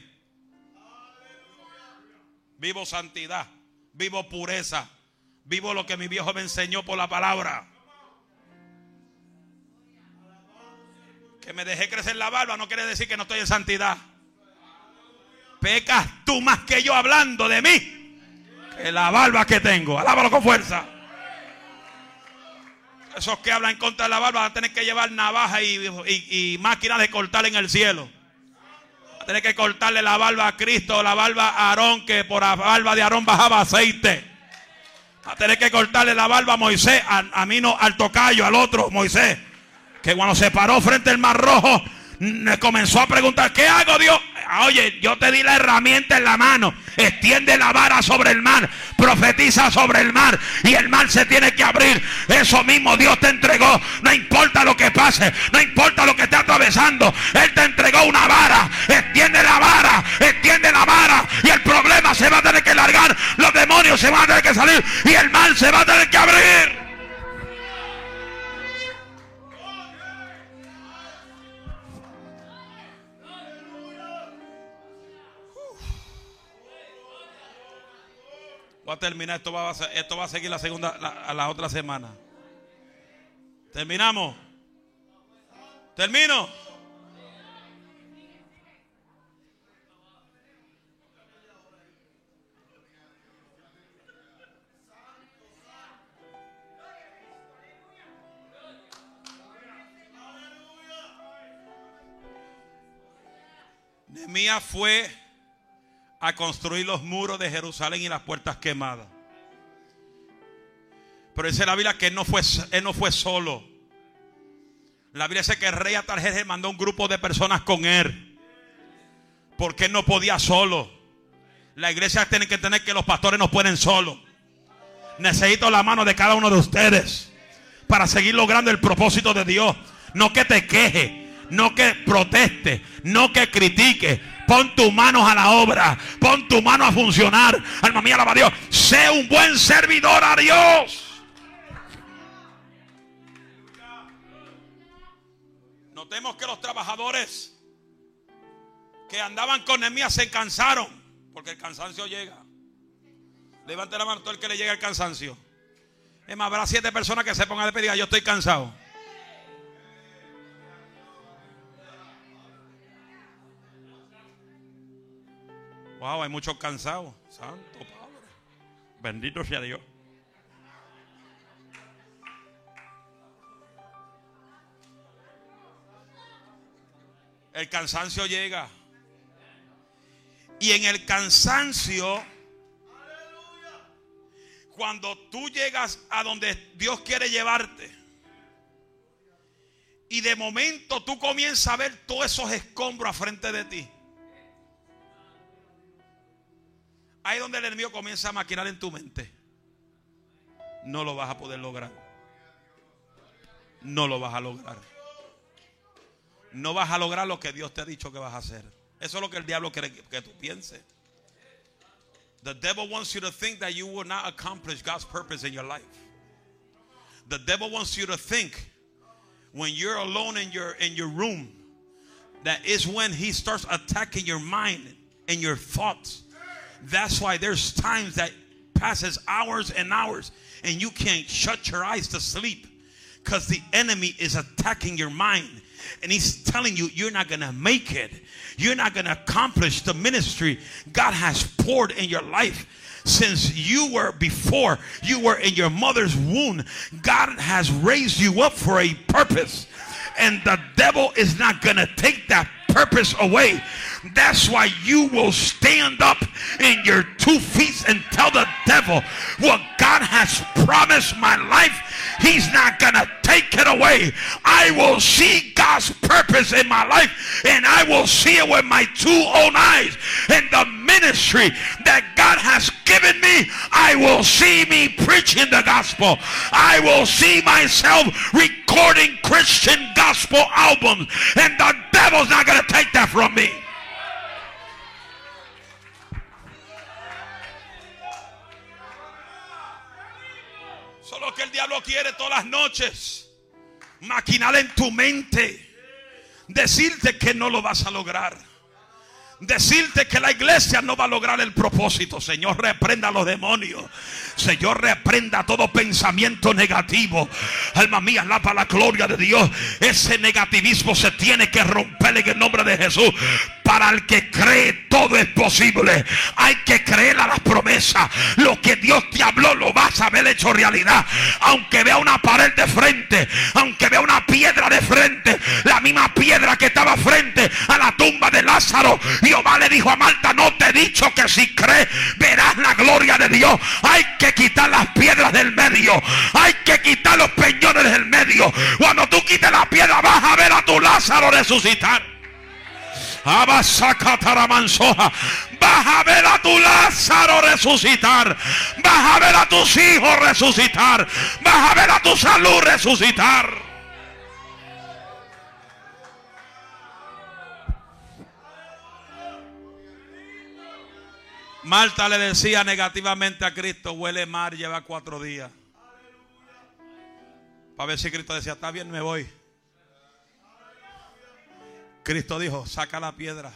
Vivo santidad. Vivo pureza. Vivo lo que mi viejo me enseñó por la palabra. Que me dejé crecer la barba no quiere decir que no estoy en santidad. Pecas tú más que yo hablando de mí que la barba que tengo. Alábalo con fuerza. Esos que hablan en contra de la barba van a tener que llevar navaja y máquinas de cortar en el cielo. Va a tener que cortarle la barba a Cristo, la barba a Aarón, que por la barba de Aarón bajaba aceite. Va a tener que cortarle la barba a Moisés, a mí no, al tocayo, al otro Moisés, que cuando se paró frente al Mar Rojo comenzó a preguntar: ¿qué hago, Dios? Oye, yo te di la herramienta en la mano. Extiende la vara sobre el mar. Profetiza sobre el mar. Y el mar se tiene que abrir. Eso mismo Dios te entregó. No importa lo que pase. No importa lo que esté atravesando. Él te entregó una vara. Extiende la vara. Extiende la vara. Y el problema se va a tener que largar. Los demonios se van a tener que salir. Y el mar se va a tener que abrir. Voy a terminar, esto va a seguir la otra semana. ¿Terminamos? ¿Termino? Nehemías fue a construir los muros de Jerusalén y las puertas quemadas. Pero dice la Biblia que él no fue solo. La Biblia dice que el rey Atarjejes mandó un grupo de personas con él, porque él no podía solo. La iglesia tiene que entender que los pastores no pueden solo. Necesito la mano de cada uno de ustedes para seguir logrando el propósito de Dios. No que te queje, no que proteste, no que critique. Pon tus manos a la obra. Pon tu mano a funcionar. Alma mía, alaba a Dios. Sé un buen servidor a Dios. Notemos que los trabajadores que andaban con Nehemías se cansaron, porque el cansancio llega. Levante la mano todo el que le llega el cansancio. Es más, habrá 7 personas que se pongan de pedir: yo estoy cansado. Wow, hay muchos cansados. Santo Padre. Bendito sea Dios. El cansancio llega. Y en el cansancio, cuando tú llegas a donde Dios quiere llevarte, y de momento tú comienzas a ver todos esos escombros a frente de ti, ahí donde el enemigo comienza a maquinar en tu mente. No lo vas a poder lograr. No lo vas a lograr. No vas a lograr lo que Dios te ha dicho que vas a hacer. Eso es lo que el diablo quiere que tú pienses. The devil wants you to think that you will not accomplish God's purpose in your life. The devil wants you to think when you're alone in your room, that is when he starts attacking your mind and your thoughts. That's why there's times that passes hours and hours and you can't shut your eyes to sleep, because the enemy is attacking your mind and he's telling you you're not going to make it. You're not going to accomplish the ministry God has poured in your life. Since you were in your mother's womb, God has raised you up for a purpose, and the devil is not going to take that purpose away. That's why you will stand up in your 2 feet and tell the devil, what God has promised my life, he's not gonna take it away. I will see God's purpose in my life, and I will see it with my 2 own eyes. And the ministry that God has given me, I will see me preaching the gospel. I will see myself recording Christian gospel albums, and the devil's not gonna take that from me. Solo que el diablo quiere todas las noches maquinar en tu mente, decirte que no lo vas a lograr, decirte que la iglesia no va a lograr el propósito. Señor, reprenda a los demonios. Señor, reprenda todo pensamiento negativo. Alma mía, alaba la gloria de Dios. Ese negativismo se tiene que romper en el nombre de Jesús. Para el que cree, todo es posible. Hay que creer a las promesas. Lo que Dios te habló lo vas a ver hecho realidad. Aunque vea una pared de frente, aunque vea una piedra de frente, la misma piedra que estaba frente a la tumba de Lázaro, Jehová le dijo a Marta: no te he dicho que si crees verás la gloria de Dios. Hay que quitar las piedras del medio. Hay que quitar los peñones del medio. Cuando tú quites la piedra, vas a ver a tu Lázaro resucitar. Abasacataramansoja. Vas a ver a tu Lázaro resucitar. Vas a ver a tus hijos resucitar. Vas a ver a tu salud resucitar. Marta le decía negativamente a Cristo: huele mal, lleva 4 días. Para ver si Cristo decía: está bien, me voy. Cristo dijo: saca la piedra.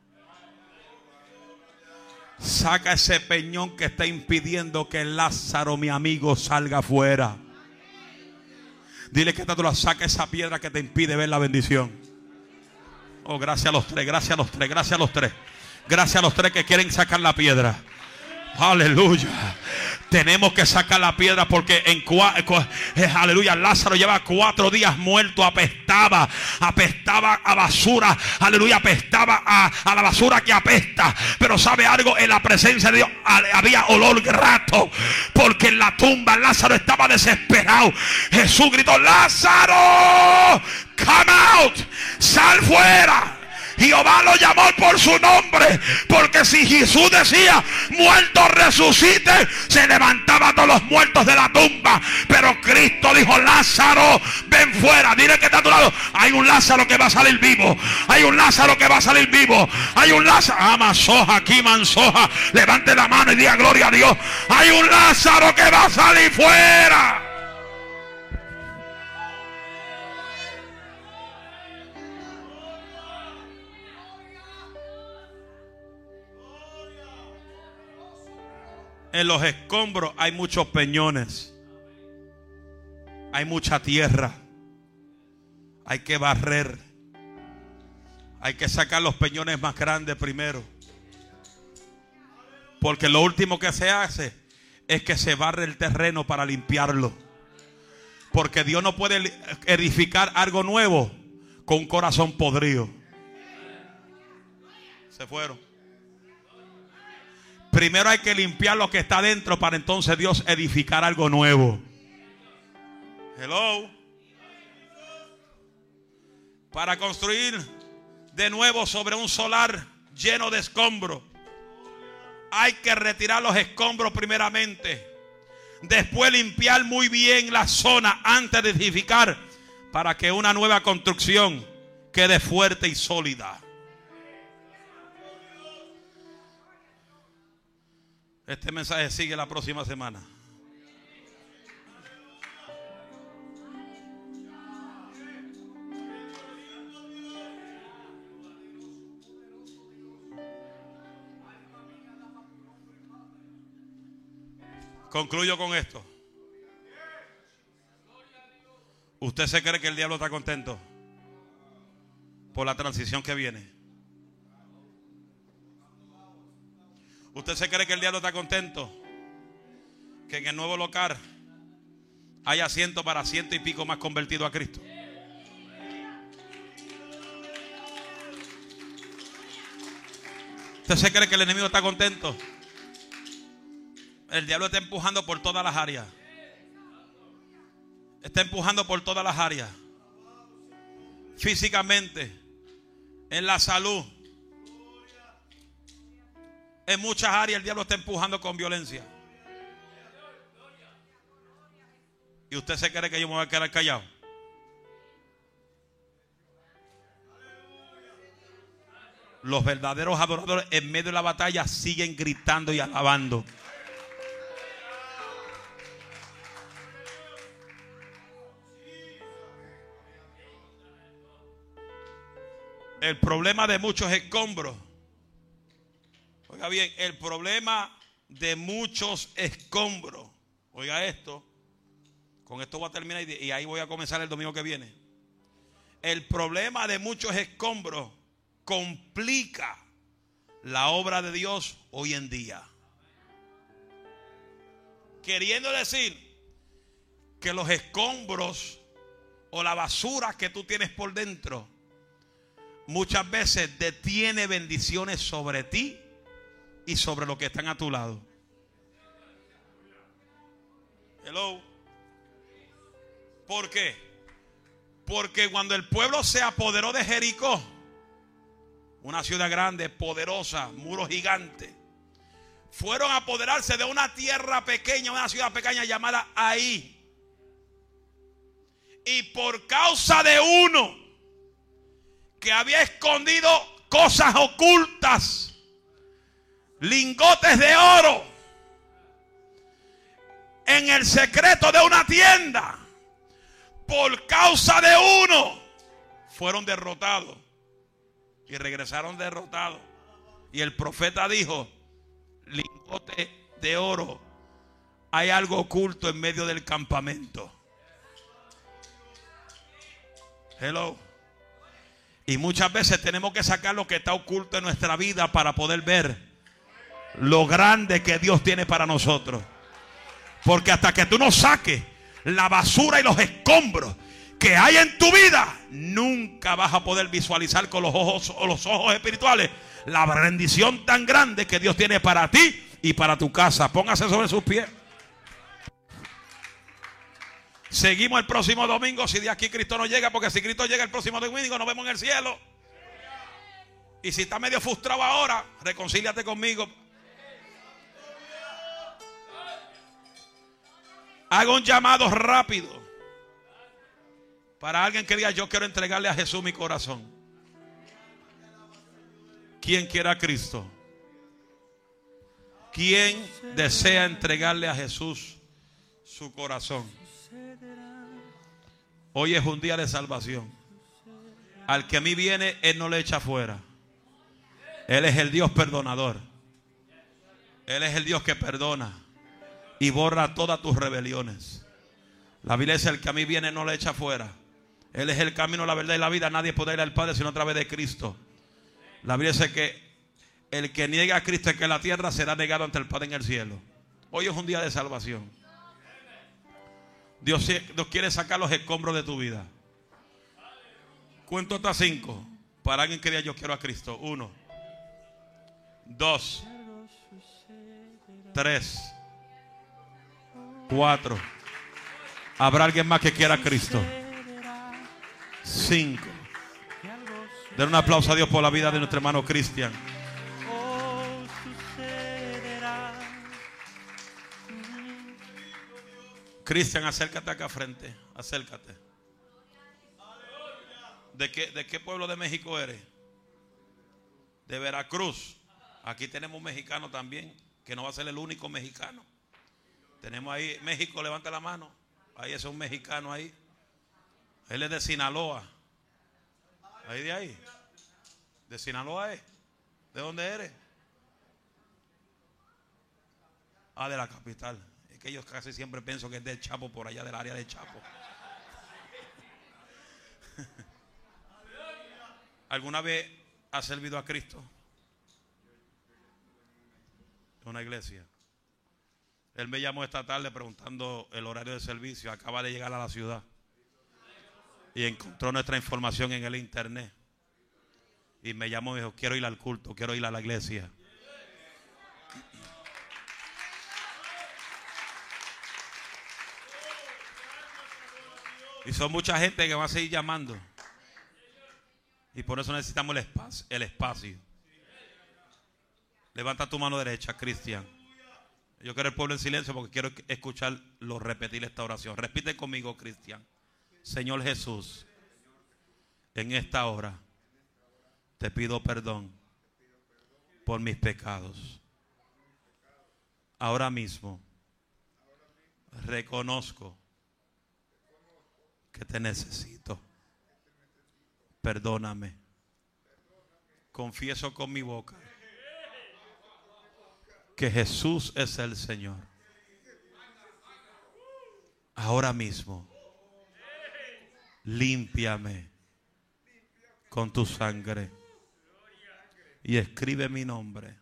Saca ese peñón que está impidiendo que Lázaro, mi amigo, salga afuera. Dile que tú la saca esa piedra que te impide ver la bendición. Oh, gracias a los 3, gracias a los 3, gracias a los 3. Gracias a los 3 que quieren sacar la piedra. Aleluya. Tenemos que sacar la piedra porque aleluya, Lázaro lleva 4 días muerto. Apestaba a basura. Aleluya, apestaba a la basura que apesta. Pero sabe algo, en la presencia de Dios había olor grato, porque en la tumba Lázaro estaba desesperado. Jesús gritó: Lázaro, come out, sal fuera. Jehová lo llamó por su nombre, porque si Jesús decía: muertos resuciten, se levantaban todos los muertos de la tumba. Pero Cristo dijo: Lázaro, ven fuera. Dile que está a tu lado: hay un Lázaro que va a salir vivo. Hay un Lázaro que va a salir vivo. Hay un Lázaro. Amasoja, aquí mansoja. Levante la mano y diga: gloria a Dios. Hay un Lázaro que va a salir fuera. En los escombros hay muchos peñones. Hay mucha tierra. Hay que barrer. Hay que sacar los peñones más grandes primero. Porque lo último que se hace es que se barre el terreno para limpiarlo. Porque Dios no puede edificar algo nuevo con un corazón podrido. Se fueron. Primero hay que limpiar lo que está dentro para entonces Dios edificar algo nuevo. Hello. Para construir de nuevo sobre un solar lleno de escombros, hay que retirar los escombros primeramente. Después limpiar muy bien la zona antes de edificar, para que una nueva construcción quede fuerte y sólida. Este mensaje sigue la próxima semana. Concluyo con esto. ¿Usted se cree que el diablo está contento por la transición que viene? ¿Usted se cree que el diablo está contento que en el nuevo local hay asiento para 100 y pico más convertidos a Cristo? ¿Usted se cree que el enemigo está contento? El diablo está empujando por todas las áreas. Está empujando por todas las áreas. Físicamente, en la salud. En muchas áreas el diablo está empujando con violencia. ¿Y usted se cree que yo me voy a quedar callado? Los verdaderos adoradores en medio de la batalla siguen gritando y alabando. El problema de muchos escombros. Oiga bien, el problema de muchos escombros. Oiga esto. Con esto voy a terminar y ahí voy a comenzar el domingo que viene. El problema de muchos escombros complica la obra de Dios hoy en día. Queriendo decir que los escombros o la basura que tú tienes por dentro muchas veces detiene bendiciones sobre ti y sobre los que están a tu lado. Hello. ¿Por qué? Porque cuando el pueblo se apoderó de Jericó, una ciudad grande, poderosa, muros gigantes. Fueron a apoderarse de una tierra pequeña, una ciudad pequeña llamada Ai. Y por causa de uno que había escondido cosas ocultas, lingotes de oro, en el secreto de una tienda, por causa de uno, fueron derrotados y regresaron derrotados. Y el profeta dijo: lingote de oro, hay algo oculto en medio del campamento. Hello. Y muchas veces tenemos que sacar lo que está oculto en nuestra vida para poder ver lo grande que Dios tiene para nosotros. Porque hasta que tú no saques la basura y los escombros que hay en tu vida, nunca vas a poder visualizar con los ojos espirituales la bendición tan grande que Dios tiene para ti y para tu casa. Póngase sobre sus pies. Seguimos el próximo domingo, si de aquí Cristo no llega, porque si Cristo llega el próximo domingo nos vemos en el cielo. Y si está medio frustrado ahora, reconcíliate conmigo. Haga un llamado rápido para alguien que diga: yo quiero entregarle a Jesús mi corazón. ¿Quién quiere a Cristo? ¿Quién desea entregarle a Jesús su corazón? Hoy es un día de salvación. Al que a mí viene, Él no le echa fuera. Él es el Dios perdonador. Él es el Dios que perdona y borra todas tus rebeliones. La Biblia dice: el que a mí viene no le echa fuera. Él es el camino, la verdad y la vida. Nadie puede ir al Padre sino a través de Cristo. La Biblia dice que el que niega a Cristo en la tierra será negado ante el Padre en el cielo. Hoy es un día de salvación. Dios quiere sacar los escombros de tu vida. Cuento hasta 5 para alguien que diga: yo quiero a Cristo. 1, 2, 3, 4. ¿Habrá alguien más que quiera a Cristo? 5. Den un aplauso a Dios por la vida de nuestro hermano Cristian. Cristian, acércate acá frente. Acércate. ¿De qué pueblo de México eres? De Veracruz. Aquí tenemos un mexicano también, que no va a ser el único mexicano. Tenemos ahí, México, levanta la mano. Ahí es un mexicano ahí. Él es de Sinaloa. Ahí de ahí. De Sinaloa es. ¿De dónde eres? Ah, de la capital. Es que yo casi siempre pienso que es del Chapo, por allá del área de Chapo. ¿Alguna vez has servido a Cristo en una iglesia? Él me llamó esta tarde preguntando el horario de servicio. Acaba de llegar a la ciudad y encontró nuestra información en el internet. Y me llamó y me dijo: quiero ir al culto, quiero ir a la iglesia. Y son mucha gente que va a seguir llamando. Y por eso necesitamos el espacio. Levanta tu mano derecha, Cristian. Yo quiero el pueblo en silencio porque quiero escucharlo repetir esta oración. Repite conmigo, Cristian. Señor Jesús, en esta hora te pido perdón por mis pecados. Ahora mismo reconozco que te necesito. Perdóname. Confieso con mi boca que Jesús es el Señor. Ahora mismo límpiame con tu sangre y escribe mi nombre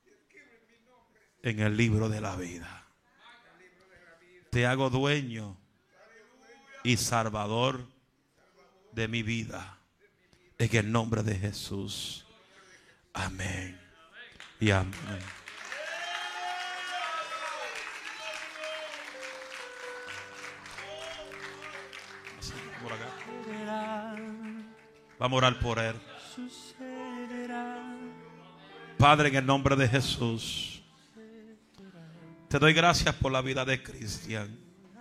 en el libro de la vida. Te hago dueño y salvador de mi vida, en el nombre de Jesús. Amén y amén. Vamos a orar por él. Padre, en el nombre de Jesús, te doy gracias por la vida de Cristian.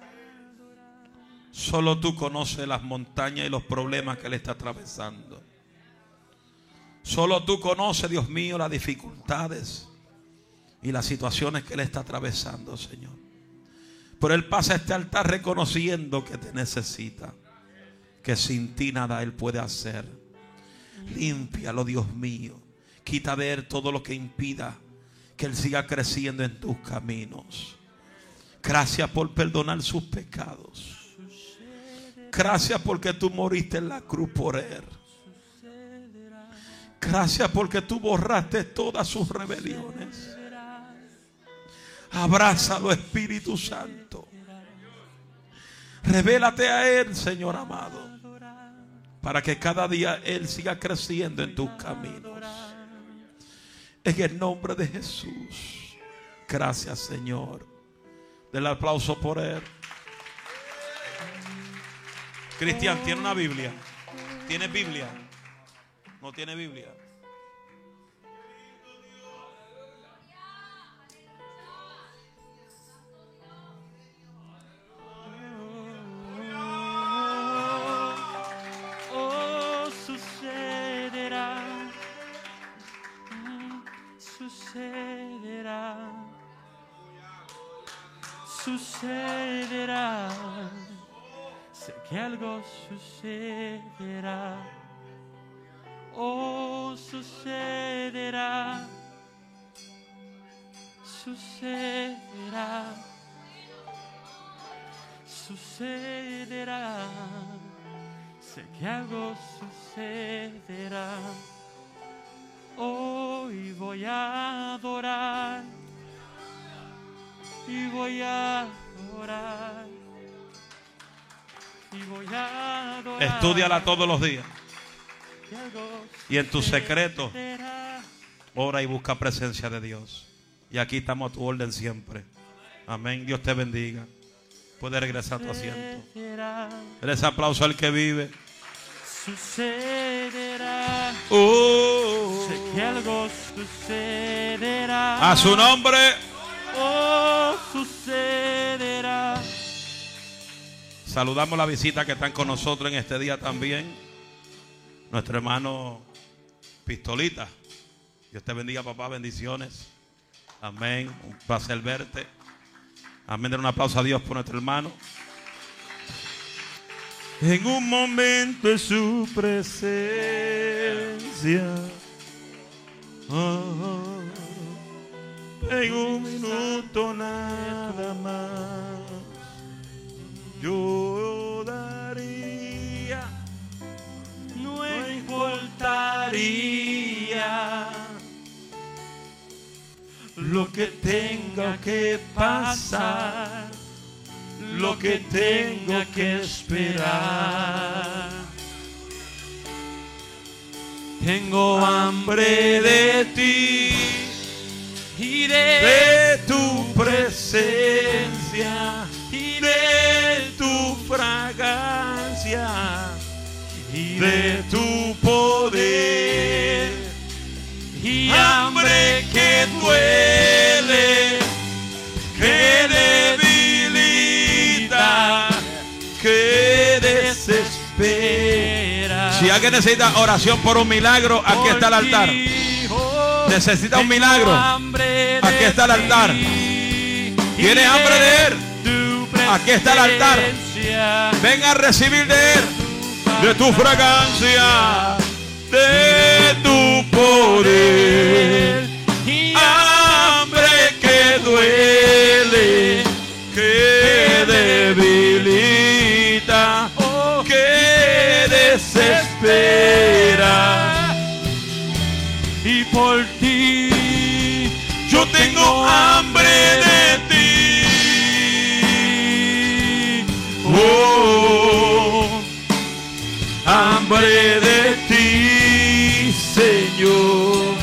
Solo tú conoces las montañas y los problemas que él está atravesando. Solo tú conoces, Dios mío, las dificultades y las situaciones que él está atravesando, Señor. Pero él pasa a este altar reconociendo que te necesita, que sin ti nada él puede hacer. Límpialo, Dios mío. Quita de él todo lo que impida que él siga creciendo en tus caminos. Gracias por perdonar sus pecados. Gracias porque tú moriste en la cruz por él. Gracias porque tú borraste todas sus rebeliones. Abrázalo, Espíritu Santo. Revélate a él, Señor amado, para que cada día él siga creciendo en tus caminos. En el nombre de Jesús. Gracias, Señor. Denle aplauso por él. Cristian, ¿tiene una Biblia? ¿Tiene Biblia? ¿No tiene Biblia? Oh, sucederá. Sucederá. Sucederá. Sé que algo sucederá. Oh, sucederá. Sucederá. Sucederá. Sé que algo sucederá. Hoy voy a adorar. Y voy a adorar. Y voy a adorar. Estúdiala todos los días. Y en tu secreto, ora y busca presencia de Dios. Y aquí estamos a tu orden siempre. Amén. Dios te bendiga. Puedes regresar a tu asiento. Ese aplauso al que vive. Sucederá. Oh. Sé que algo sucederá. A su nombre. Oh, sucederá. Saludamos la visita que están con nosotros en este día también. Nuestro hermano Pistolita. Dios te bendiga, papá. Bendiciones. Amén. Un placer verte. Amén. Den un aplauso a Dios por nuestro hermano. En un momento en su presencia. Oh, en un minuto nada más. Yo daría. No importaría Lo que tenga que pasar, lo que tenga que esperar. Tengo Hambre de ti y de tu presencia y de tu fragancia y de tu poder. y Hambre que duele, que debilita, que desespera. Si alguien necesita oración por un milagro, aquí está el altar. Necesita un milagro, aquí está el altar. ¿Tienes hambre de él? Aquí está el altar. Ven a recibir de él, de tu fragancia, de tu poder. Hambre que duele, que debilita, que desespera. Y por ti Yo tengo hambre de ti. Oh, hambre de ti, Señor.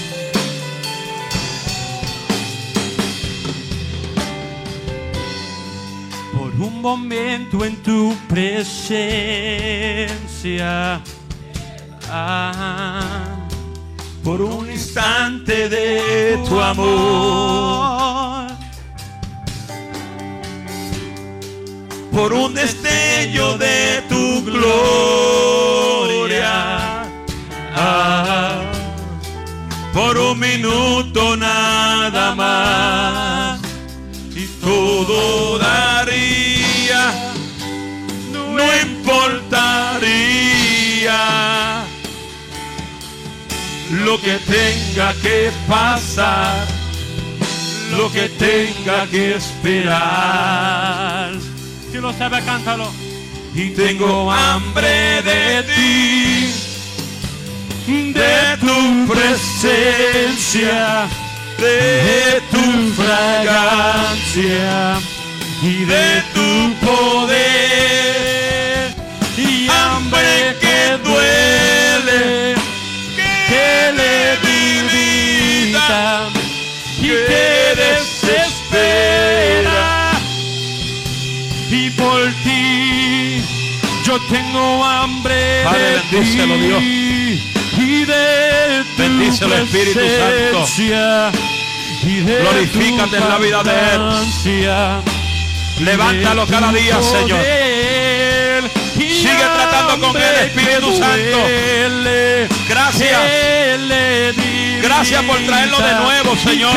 por un momento en tu presencia. por un instante de tu amor, por un destello de tu gloria, por un minuto nada más, y todo daría, no importaría lo que tenga que pasar, lo que tenga que esperar. Si lo sabe, cántalo. Y tengo hambre de ti, de tu presencia, de tu fragancia y de tu poder. Y hambre que duele, que le debilita y que desespera. Y por ti yo tengo hambre. Padre, de bendícelo, ti Dios. y de tu Bendícelo, Espíritu Santo. presencia y de Glorifícate tu en la vida de él. fragancia. Levántalo cada día, Señor. Sigue tratando con él, Espíritu Santo. Gracias. Gracias por traerlo de nuevo, Señor.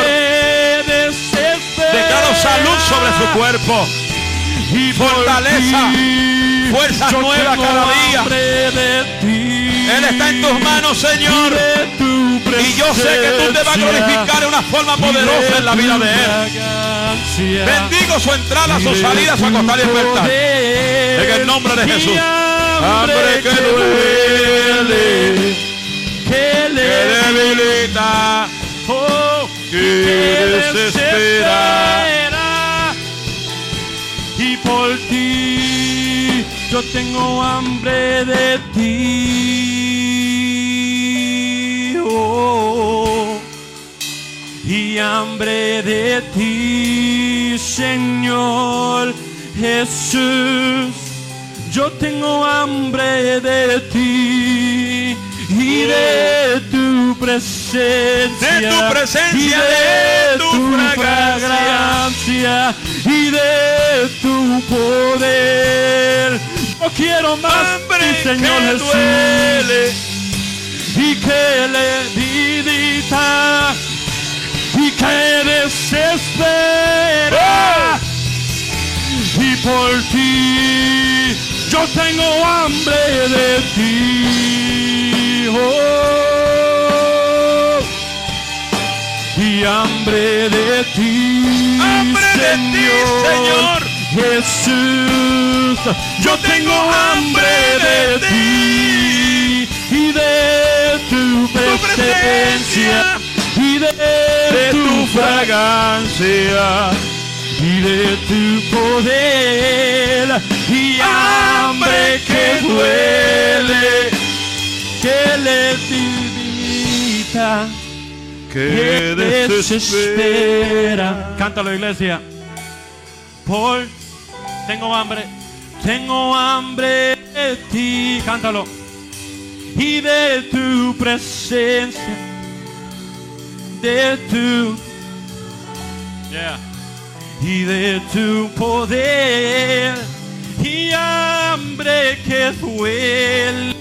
Declaro salud sobre su cuerpo, Y fortaleza, fuerzas yo nuevas tengo cada día. hambre de ti, Él está en tus manos, Señor. de tu Y yo sé que tú te vas a glorificar de una forma poderosa en la vida de él. Bendigo su entrada, su salida, su acostar y despertar. En el nombre de Jesús. Hambre que duele, que que debilita, que desespera. Y por ti yo tengo hambre de ti, y hambre de ti, Señor Jesús. Yo tengo hambre de ti y de tu presencia, De tu presencia, y de tu fragancia y de tu poder. Yo quiero más, Hambre Señor que Jesús, duele, y que le debilita y que desespera. Y por ti yo tengo hambre de ti, y hambre de ti, hambre de ti, Señor. Jesús. Yo tengo hambre de ti y de tu presencia y de tu fragancia y de tu poder, y hambre que duele, que le debilita, que desespera. Cántalo, iglesia. Tengo hambre de ti, cántalo, y de tu presencia, de tu y de tu poder, y hambre que duele,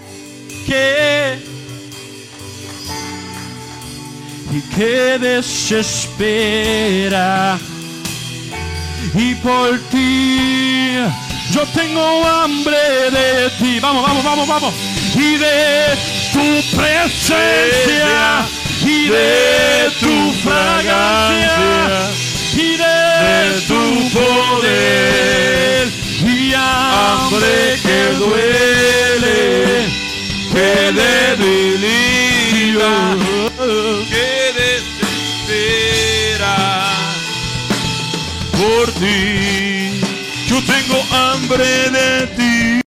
y que desespera. Y por ti yo tengo hambre de ti. Vamos. Y de tu presencia y de tu fragancia y de tu poder, y hambre que duele, que debilita, que desespera. Por ti, yo tengo hambre de ti.